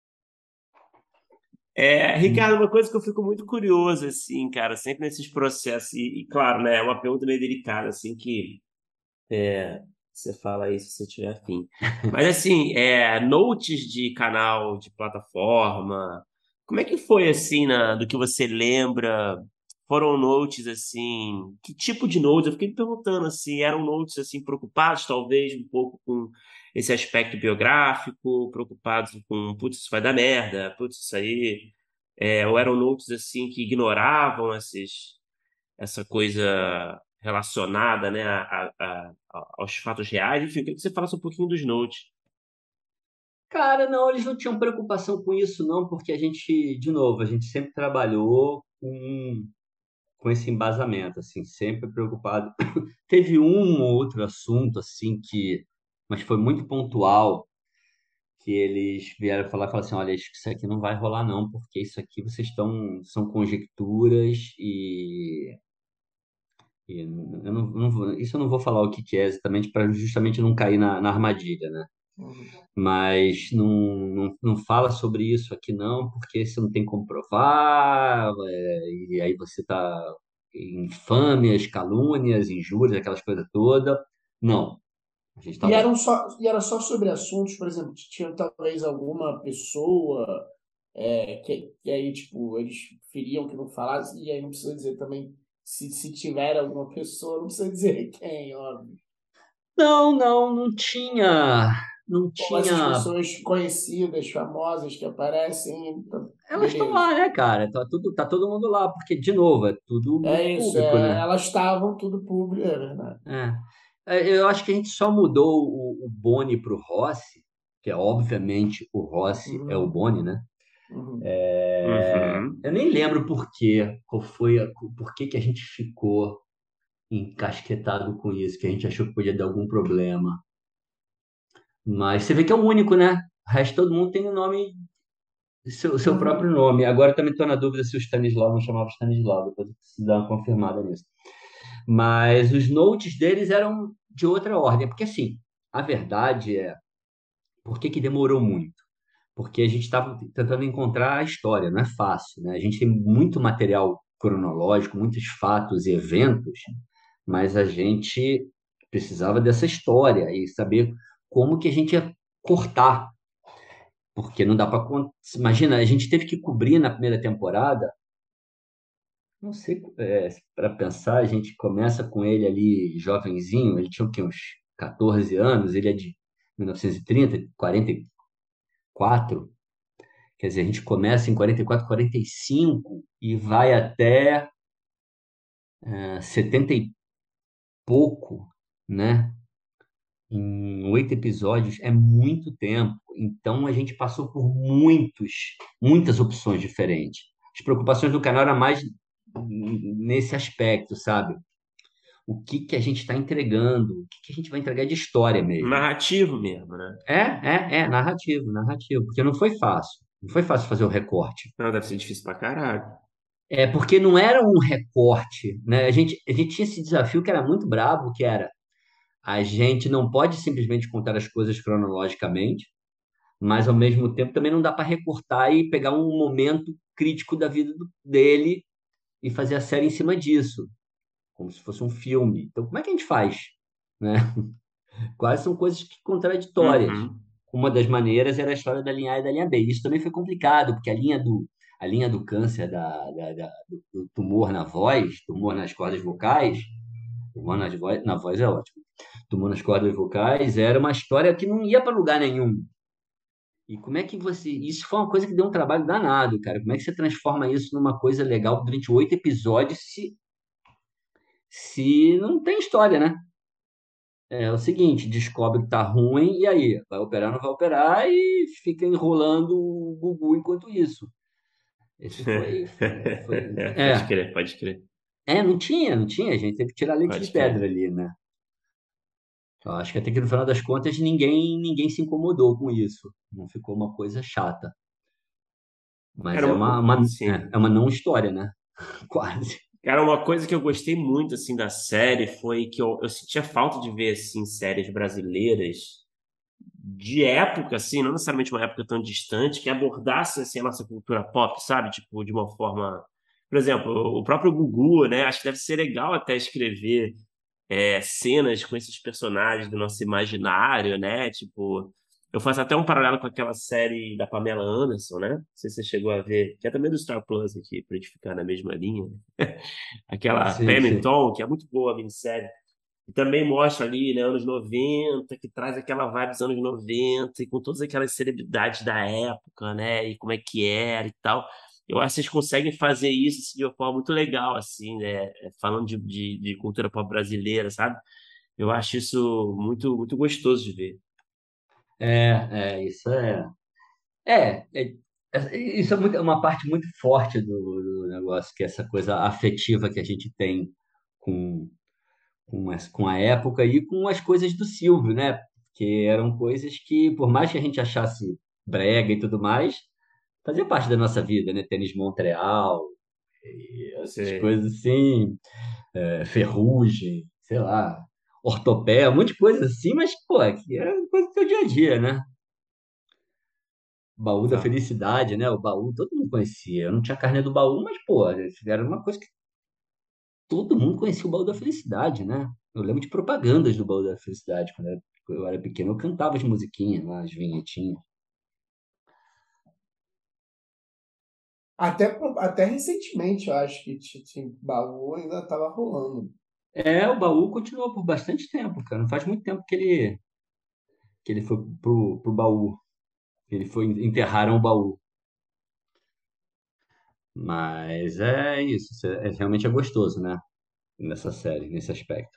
Speaker 2: É, Ricardo, uma coisa que eu fico muito curioso, assim, cara, sempre nesses processos, e claro, né, é uma pergunta meio delicada, assim, que você fala aí se você tiver afim. Mas, assim, notes de canal, de plataforma, como é que foi, assim, do que você lembra? Foram notes, assim, que tipo de notes? Eu fiquei me perguntando, assim, eram notes, assim, preocupados, talvez, um pouco com esse aspecto biográfico, preocupados com, putz, isso vai dar merda, putz, isso aí... ou eram notes, assim, que ignoravam essa coisa relacionada, né, aos fatos reais. Enfim, eu queria que você falasse um pouquinho dos notes.
Speaker 3: Cara, não, eles não tinham preocupação com isso, não, porque a gente, de novo, a gente sempre trabalhou com esse embasamento, assim, sempre preocupado. Teve um ou outro assunto, assim, mas foi muito pontual, que eles vieram falaram assim, olha, acho que isso aqui não vai rolar não, porque isso aqui são conjecturas e eu isso eu não vou falar o que que é exatamente para justamente não cair na armadilha, né?
Speaker 1: Uhum.
Speaker 3: Mas não fala sobre isso aqui não, porque você não tem como provar, e aí você está infâmias, calúnias, injúrias, aquelas coisas todas. Não, a gente está bem.
Speaker 1: E era só sobre assuntos, por exemplo, tinha talvez alguma pessoa que aí, tipo, eles preferiam que não falasse, e aí não precisa dizer também se tiver alguma pessoa, não precisa dizer quem, óbvio.
Speaker 3: Não tinha, não
Speaker 1: Ou essas
Speaker 3: tinha.
Speaker 1: pessoas conhecidas, famosas que aparecem, tá,
Speaker 3: Elas estão
Speaker 1: beleza.
Speaker 3: lá, né, cara? Tá todo mundo lá, porque, de novo, é tudo muito
Speaker 1: É isso,
Speaker 3: público, né?
Speaker 1: elas estavam tudo público, é verdade.
Speaker 3: É. Eu acho que a gente só mudou o Boni para o Rossi, que é obviamente o Rossi é o
Speaker 1: Uhum,
Speaker 3: Boni, né?
Speaker 1: uhum.
Speaker 2: Uhum.
Speaker 3: Eu nem lembro por quê, por que que a gente ficou encasquetado com isso, que a gente achou que podia dar algum problema. Mas você vê que é o único, né? O resto todo mundo tem o nome. seu
Speaker 1: Uhum.
Speaker 3: próprio nome. Agora eu também estou na dúvida se o Stanislau não chamava Stanislau, depois eu preciso dar uma confirmada nisso. Mas os notes deles eram de outra ordem, porque assim, a verdade é, por que que demorou muito? Porque a gente estava tentando encontrar a história, não é fácil, né? A gente tem muito material cronológico, muitos fatos e eventos, mas a gente precisava dessa história e saber como que a gente ia cortar, porque não dá para. Imagina, a gente teve que cobrir na primeira temporada, não sei, para pensar, a gente começa com ele ali jovenzinho, ele tinha o quê, uns 14 anos, ele é de 1930, 44. Quer dizer, a gente começa em 44, 45 e vai até 70 e pouco, né? Em 8 episódios é muito tempo. Então a gente passou por muitas opções diferentes. As preocupações do canal eram mais nesse aspecto, sabe? O que que a gente está entregando? O que que a gente vai entregar de história mesmo?
Speaker 2: Narrativo mesmo, né?
Speaker 3: Narrativo, porque não foi fácil. Não foi fácil fazer o recorte.
Speaker 2: Não, deve ser difícil pra caralho.
Speaker 3: É porque não era um recorte, né? A gente tinha esse desafio que era muito brabo, que era a gente não pode simplesmente contar as coisas cronologicamente, mas ao mesmo tempo também não dá para recortar e pegar um momento crítico da vida dele e fazer a série em cima disso, como se fosse um filme. Então, como é que a gente faz, né? Quais são coisas contraditórias.
Speaker 2: Uhum.
Speaker 3: Uma das maneiras era a história da linha A e da linha B. Isso também foi complicado, porque a linha do câncer do tumor na voz, tumor nas cordas vocais, tumor na voz é ótimo, tumor nas cordas vocais, era uma história que não ia para lugar nenhum. E como é que você. Isso foi uma coisa que deu um trabalho danado, cara. Como é que você transforma isso numa coisa legal durante 8 episódios se não tem história, né? É o seguinte, descobre que tá ruim, e aí? Vai operar, não vai operar, e fica enrolando o Gugu enquanto isso. Esse foi.
Speaker 2: Pode crer, pode crer,
Speaker 3: Não tinha, a gente teve que tirar leite de
Speaker 2: pode crer.
Speaker 3: pedra ali, né? Eu acho que até que no final das contas ninguém se incomodou com isso. Não ficou uma coisa chata. Mas
Speaker 2: Cara,
Speaker 3: é uma,
Speaker 2: sim.
Speaker 3: é uma não história, né? Quase.
Speaker 2: Cara, uma coisa que eu gostei muito, assim, da série foi que eu sentia falta de ver, assim, séries brasileiras de época, assim, não necessariamente uma época tão distante, que abordasse, assim, a nossa cultura pop, sabe? Tipo, de uma forma... Por exemplo, o próprio Gugu, né? Acho que deve ser legal até escrever cenas com esses personagens do nosso imaginário, né? Tipo, eu faço até um paralelo com aquela série da Pamela Anderson, né? Não sei se você chegou a ver, que é também do Star Plus aqui, pra gente ficar na mesma linha. Aquela
Speaker 3: Sim,
Speaker 2: Pam and
Speaker 3: sim.
Speaker 2: Tom, que é muito boa a minissérie. E também mostra ali, né, anos 90 que traz aquela vibe dos anos 90 e com todas aquelas celebridades da época, né? E como é que era e tal. Eu acho que vocês conseguem fazer isso assim, de uma forma muito legal, assim, né? Falando de cultura pop brasileira, sabe? Eu acho isso muito, muito gostoso de ver.
Speaker 3: Isso é, é- isso é uma parte muito forte do negócio, que é essa coisa afetiva que a gente tem com, com a época e com as coisas do Silvio, né? Que eram coisas que, por mais que a gente achasse brega e tudo mais, fazia parte da nossa vida, né? Tênis Montreal, e essas
Speaker 2: Você,
Speaker 3: coisas assim, ferrugem, sei lá, ortopé, um monte de coisa assim, mas, pô, que era coisa do seu dia a dia, né? Baú da
Speaker 2: tá.
Speaker 3: Felicidade, né? O baú todo mundo conhecia. Eu não tinha carne do baú, mas, pô, era uma coisa que todo mundo conhecia o Baú da Felicidade, né? Eu lembro de propagandas do Baú da Felicidade. Quando eu era pequeno, eu cantava as musiquinhas lá, as vinhetinhas.
Speaker 1: Até recentemente, eu acho que baú ainda estava rolando.
Speaker 3: O baú continuou por bastante tempo, cara. Não faz muito tempo que ele foi pro baú. Enterraram o baú. Mas é isso. Realmente é gostoso, né? Nessa série, nesse aspecto.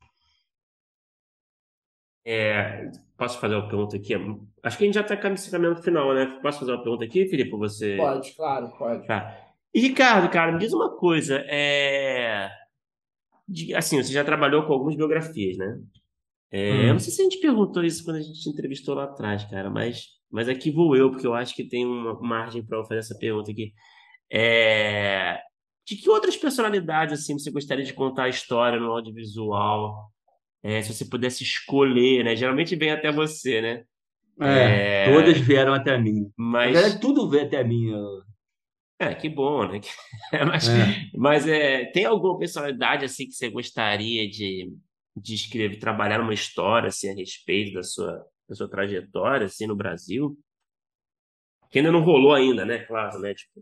Speaker 2: Posso fazer uma pergunta aqui? Acho que a gente já está caminhando pro final, né? Posso fazer uma pergunta aqui, Felipe? Você.
Speaker 1: Pode, claro, pode.
Speaker 2: Tá. E Ricardo, cara, me diz uma coisa. Assim, você já trabalhou com algumas biografias, né? Eu não sei
Speaker 3: Hum.
Speaker 2: se a gente perguntou isso quando a gente te entrevistou lá atrás, cara, mas aqui vou eu, porque eu acho que tem uma margem para eu fazer essa pergunta aqui. É, de que outras personalidades assim você gostaria de contar a história no audiovisual? Se você pudesse escolher, né? Geralmente vem até você, né?
Speaker 3: Todas
Speaker 2: É,
Speaker 3: vieram até mim. Na verdade,
Speaker 2: mas
Speaker 3: tudo veio até mim.
Speaker 2: que bom, né? Mas,
Speaker 3: É.
Speaker 2: tem alguma personalidade assim que você gostaria de escrever, trabalhar numa história assim a respeito da sua trajetória assim no Brasil? Que ainda não rolou ainda, né? Claro, né? Tipo,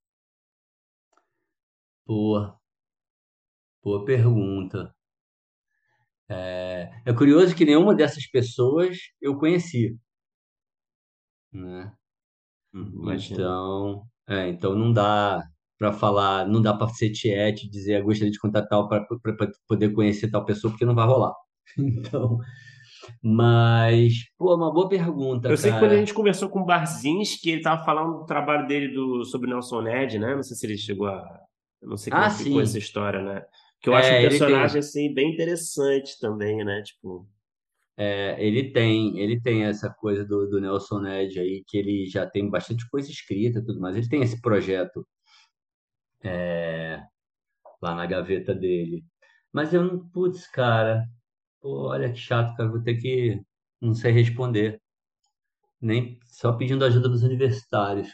Speaker 3: Boa, boa pergunta. É curioso que nenhuma dessas pessoas eu conheci, né?
Speaker 2: imagina.
Speaker 3: Então não dá para falar, não dá para ser tiete, dizer, eu gostaria de contar tal para poder conhecer tal pessoa, porque não vai rolar. Então, mas, pô, uma boa pergunta,
Speaker 2: Eu sei que quando a
Speaker 3: cara.
Speaker 2: gente conversou com o Barzinski, ele tava falando do trabalho dele sobre Nelson Ned, né? Não sei se ele chegou a. Eu não sei como é
Speaker 3: Ah,
Speaker 2: que ficou essa
Speaker 3: sim.
Speaker 2: história, né? Que eu acho um
Speaker 3: Ele
Speaker 2: personagem,
Speaker 3: tem,
Speaker 2: assim, bem interessante também, né? Tipo,
Speaker 3: ele tem essa coisa do Nelson Ned aí, que ele já tem bastante coisa escrita e tudo mais. Ele tem esse projeto lá na gaveta dele. Mas eu não, putz, cara, pô, olha que chato, cara, vou ter que não sei responder, nem só pedindo ajuda dos universitários.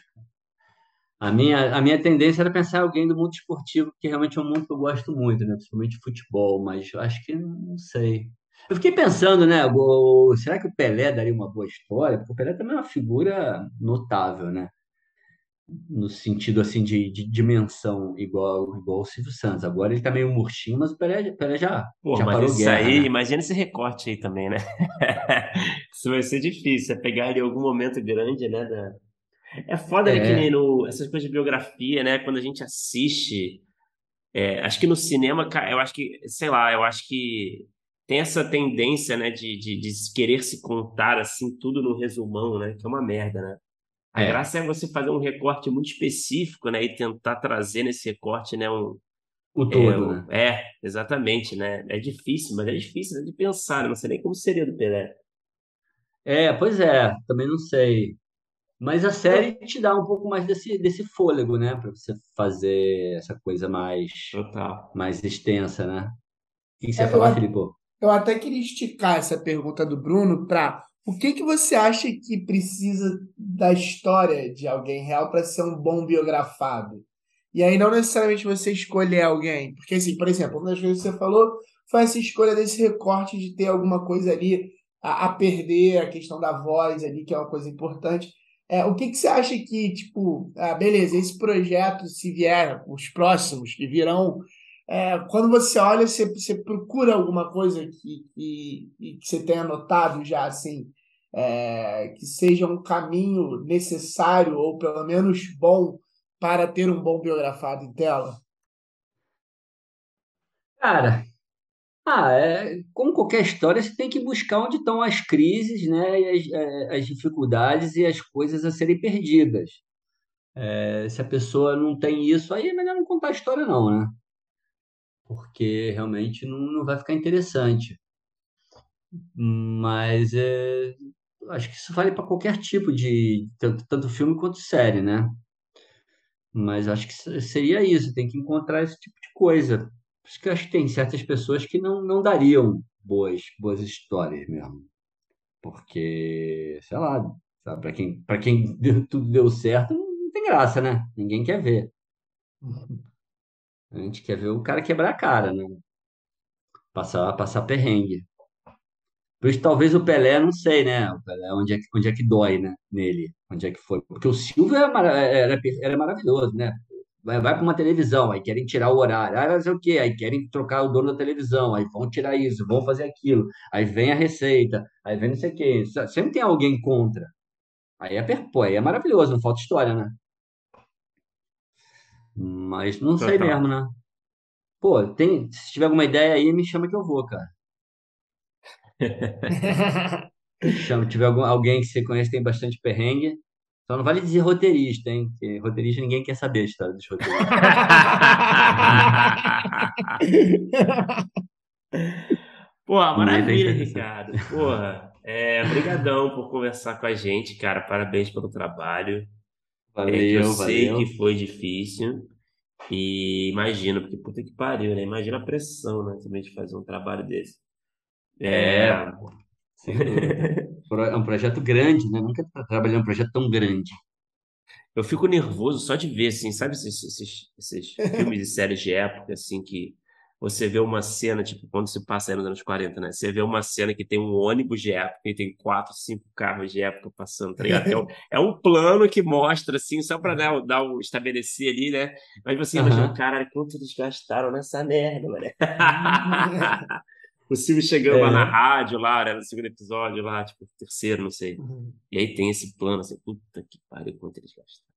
Speaker 3: A minha tendência era pensar em alguém do mundo esportivo, que realmente é um mundo que eu gosto muito, né? Principalmente futebol, mas eu acho que não sei. Eu fiquei pensando, né? Será que o Pelé daria uma boa história? Porque o Pelé também é uma figura notável, né? No sentido assim de dimensão, igual o Silvio Santos. Agora ele tá meio murchinho, mas o Pelé
Speaker 2: pô,
Speaker 3: já
Speaker 2: mas
Speaker 3: parou
Speaker 2: isso
Speaker 3: guerra,
Speaker 2: aí,
Speaker 3: né?
Speaker 2: imagina esse recorte aí também, né? Isso vai ser difícil, é pegar ele em algum momento grande, né? É foda, né? Que nem
Speaker 3: É,
Speaker 2: essas coisas de biografia, né? Quando a gente assiste. Acho que no cinema, eu acho que, sei lá, eu acho que tem essa tendência, né, de querer se contar assim, tudo no resumão, né? Que é uma merda, né? A
Speaker 3: é,
Speaker 2: graça é você fazer um recorte muito específico, né? E tentar trazer nesse recorte, né?
Speaker 3: o todo, né?
Speaker 2: Exatamente, né? É difícil, mas é difícil, né, de pensar, né? Não sei nem como seria do Pelé.
Speaker 3: Pois é, também não sei. Mas a série
Speaker 1: Eu,
Speaker 3: te dá um pouco mais desse fôlego, né? Para você fazer essa coisa
Speaker 2: Total.
Speaker 3: mais extensa, né? O que você ia
Speaker 1: é, eu,
Speaker 3: falar,
Speaker 1: a-
Speaker 3: Filipe?
Speaker 1: eu até queria esticar essa pergunta do Bruno para o que que você acha que precisa da história de alguém real para ser um bom biografado? E aí não necessariamente você escolher alguém, porque assim, por exemplo, uma das coisas que você falou foi essa escolha desse recorte de ter alguma coisa ali a perder, a questão da voz ali, que é uma coisa importante. O que que você acha que, tipo, beleza, esse projeto, se vier, os próximos que virão, quando você olha, você procura alguma coisa que você tenha notado já, assim, que seja um caminho necessário ou pelo menos bom para ter um bom biografado em tela?
Speaker 3: Cara, como qualquer história, você tem que buscar onde estão as crises, né? E as dificuldades e as coisas a serem perdidas. Se a pessoa não tem isso, aí é melhor não contar a história, não, né? Porque realmente não vai ficar interessante. Mas acho que isso vale para qualquer tipo de, tanto filme quanto série, né? Mas acho que seria isso, tem que encontrar esse tipo de coisa. Por isso que eu acho que tem certas pessoas que não dariam boas histórias mesmo. Porque, sei lá, para quem tudo deu certo, não tem graça, né? Ninguém quer ver. A gente quer ver o cara quebrar a cara, né? Passar perrengue. Por isso, talvez o Pelé, não sei, né? O Pelé, onde é que dói, né? Nele, onde é que foi. Porque o Silvio era maravilhoso, né? Vai para uma televisão, aí querem tirar o horário, não sei o quê, aí querem trocar o dono da televisão, aí vão tirar isso, vão fazer aquilo, aí vem a receita, aí vem não sei o quê. Sempre tem alguém contra. Aí é maravilhoso, não falta história, né? Mas não sei mesmo,
Speaker 2: Total.
Speaker 3: né? Pô, se tiver alguma ideia aí, me chama que eu vou, cara. Chama, tiver alguém que você conhece que tem bastante perrengue. Só não vale dizer roteirista, hein? Porque roteirista ninguém quer saber a história dos roteiristas.
Speaker 2: Pô, Pô, maravilha, Ricardo. Porra, brigadão por conversar com a gente, cara. Parabéns pelo trabalho. Que eu
Speaker 3: Valeu,
Speaker 2: sei
Speaker 3: valeu.
Speaker 2: que foi difícil. E imagino, porque puta que pariu, né? Imagina a pressão, né? Também de fazer um trabalho desse.
Speaker 3: Pô, sem dúvida. É um projeto grande, né? Nunca trabalhei num projeto tão grande.
Speaker 2: Eu fico nervoso só de ver, assim, sabe esses filmes e séries de época, assim, que você vê uma cena, tipo, quando se passa aí nos anos 40, né? Você vê uma cena que tem um ônibus de época e tem 4, 5 carros de época passando, tá ligado? É um plano que mostra, assim, só pra estabelecer ali, né? Mas você imagina,
Speaker 3: Aham.
Speaker 2: caralho, quanto eles gastaram nessa merda, mano. O Silvio chegando lá na
Speaker 3: É.
Speaker 2: rádio, lá, né, no segundo episódio, lá, tipo, terceiro, não sei. E aí tem esse plano, assim, puta que pariu, quanto eles gastaram.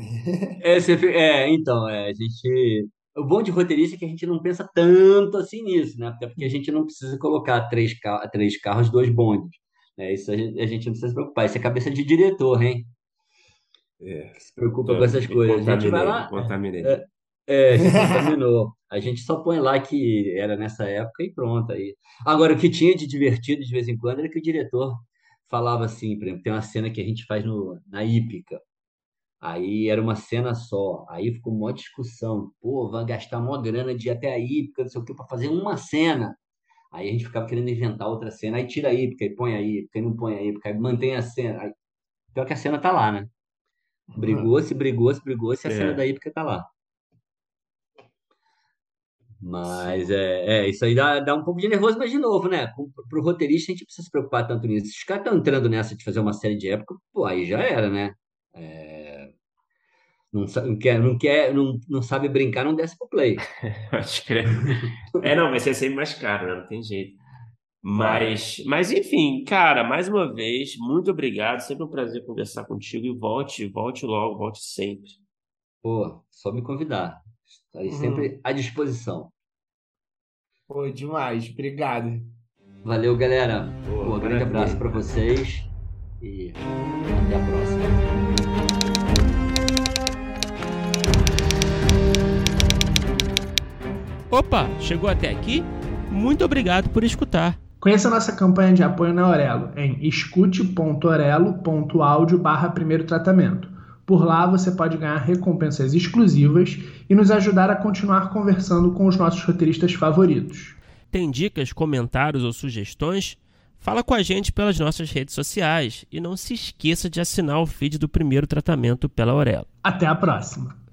Speaker 3: Então, a gente. O bom de roteirista é que a gente não pensa tanto assim nisso, né? Até porque a gente não precisa colocar três carros, dois bondes. Né? Isso a gente não precisa se preocupar. Isso é cabeça de diretor, hein?
Speaker 2: É,
Speaker 3: Que se preocupa com essas
Speaker 2: me
Speaker 3: coisas. A gente vai
Speaker 2: me
Speaker 3: lá,
Speaker 2: contaminei.
Speaker 3: se contaminou. A gente só põe lá que era nessa época e pronto. Aí. Agora, o que tinha de divertido de vez em quando era que o diretor falava assim, por exemplo, tem uma cena que a gente faz na hípica. Aí era uma cena só. Aí ficou uma discussão. Pô, vai gastar uma grana de ir até a hípica, não sei o que, para fazer uma cena. Aí a gente ficava querendo inventar outra cena. Aí tira a hípica e põe a hípica, e não põe a hípica, aí mantém a cena. Aí, pior que a cena tá lá, né? Brigou-se, a cena da
Speaker 2: É,
Speaker 3: hípica tá lá. Mas isso aí dá um pouco de nervoso, mas de novo, né? Pro roteirista a gente precisa se preocupar tanto nisso. Se os caras estão entrando nessa de fazer uma série de época, pô, aí já era, né? Não sabe brincar, não desce pro play.
Speaker 2: acho que não, vai ser sempre mais caro, né? Não tem jeito.
Speaker 3: Vai.
Speaker 2: Mas enfim, cara, mais uma vez, muito obrigado. Sempre um prazer conversar contigo e volte logo, volte sempre.
Speaker 3: Pô, só me convidar. Estarei
Speaker 1: Uhum.
Speaker 3: sempre à disposição.
Speaker 1: Pô, demais. Obrigado.
Speaker 3: Valeu, galera.
Speaker 2: Pô,
Speaker 3: Pô, grande
Speaker 2: maravilha,
Speaker 3: abraço para
Speaker 2: Ricardo.
Speaker 3: vocês e até a próxima.
Speaker 4: Opa, chegou até aqui? Muito obrigado por escutar.
Speaker 1: Conheça a nossa campanha de apoio na Aurelo em escute.orelo.audio/primeiro tratamento. Por lá você pode ganhar recompensas exclusivas e nos ajudar a continuar conversando com os nossos roteiristas favoritos.
Speaker 4: Tem dicas, comentários ou sugestões? Fala com a gente pelas nossas redes sociais e não se esqueça de assinar o feed do Primeiro Tratamento pela Aurelo.
Speaker 1: Até a próxima!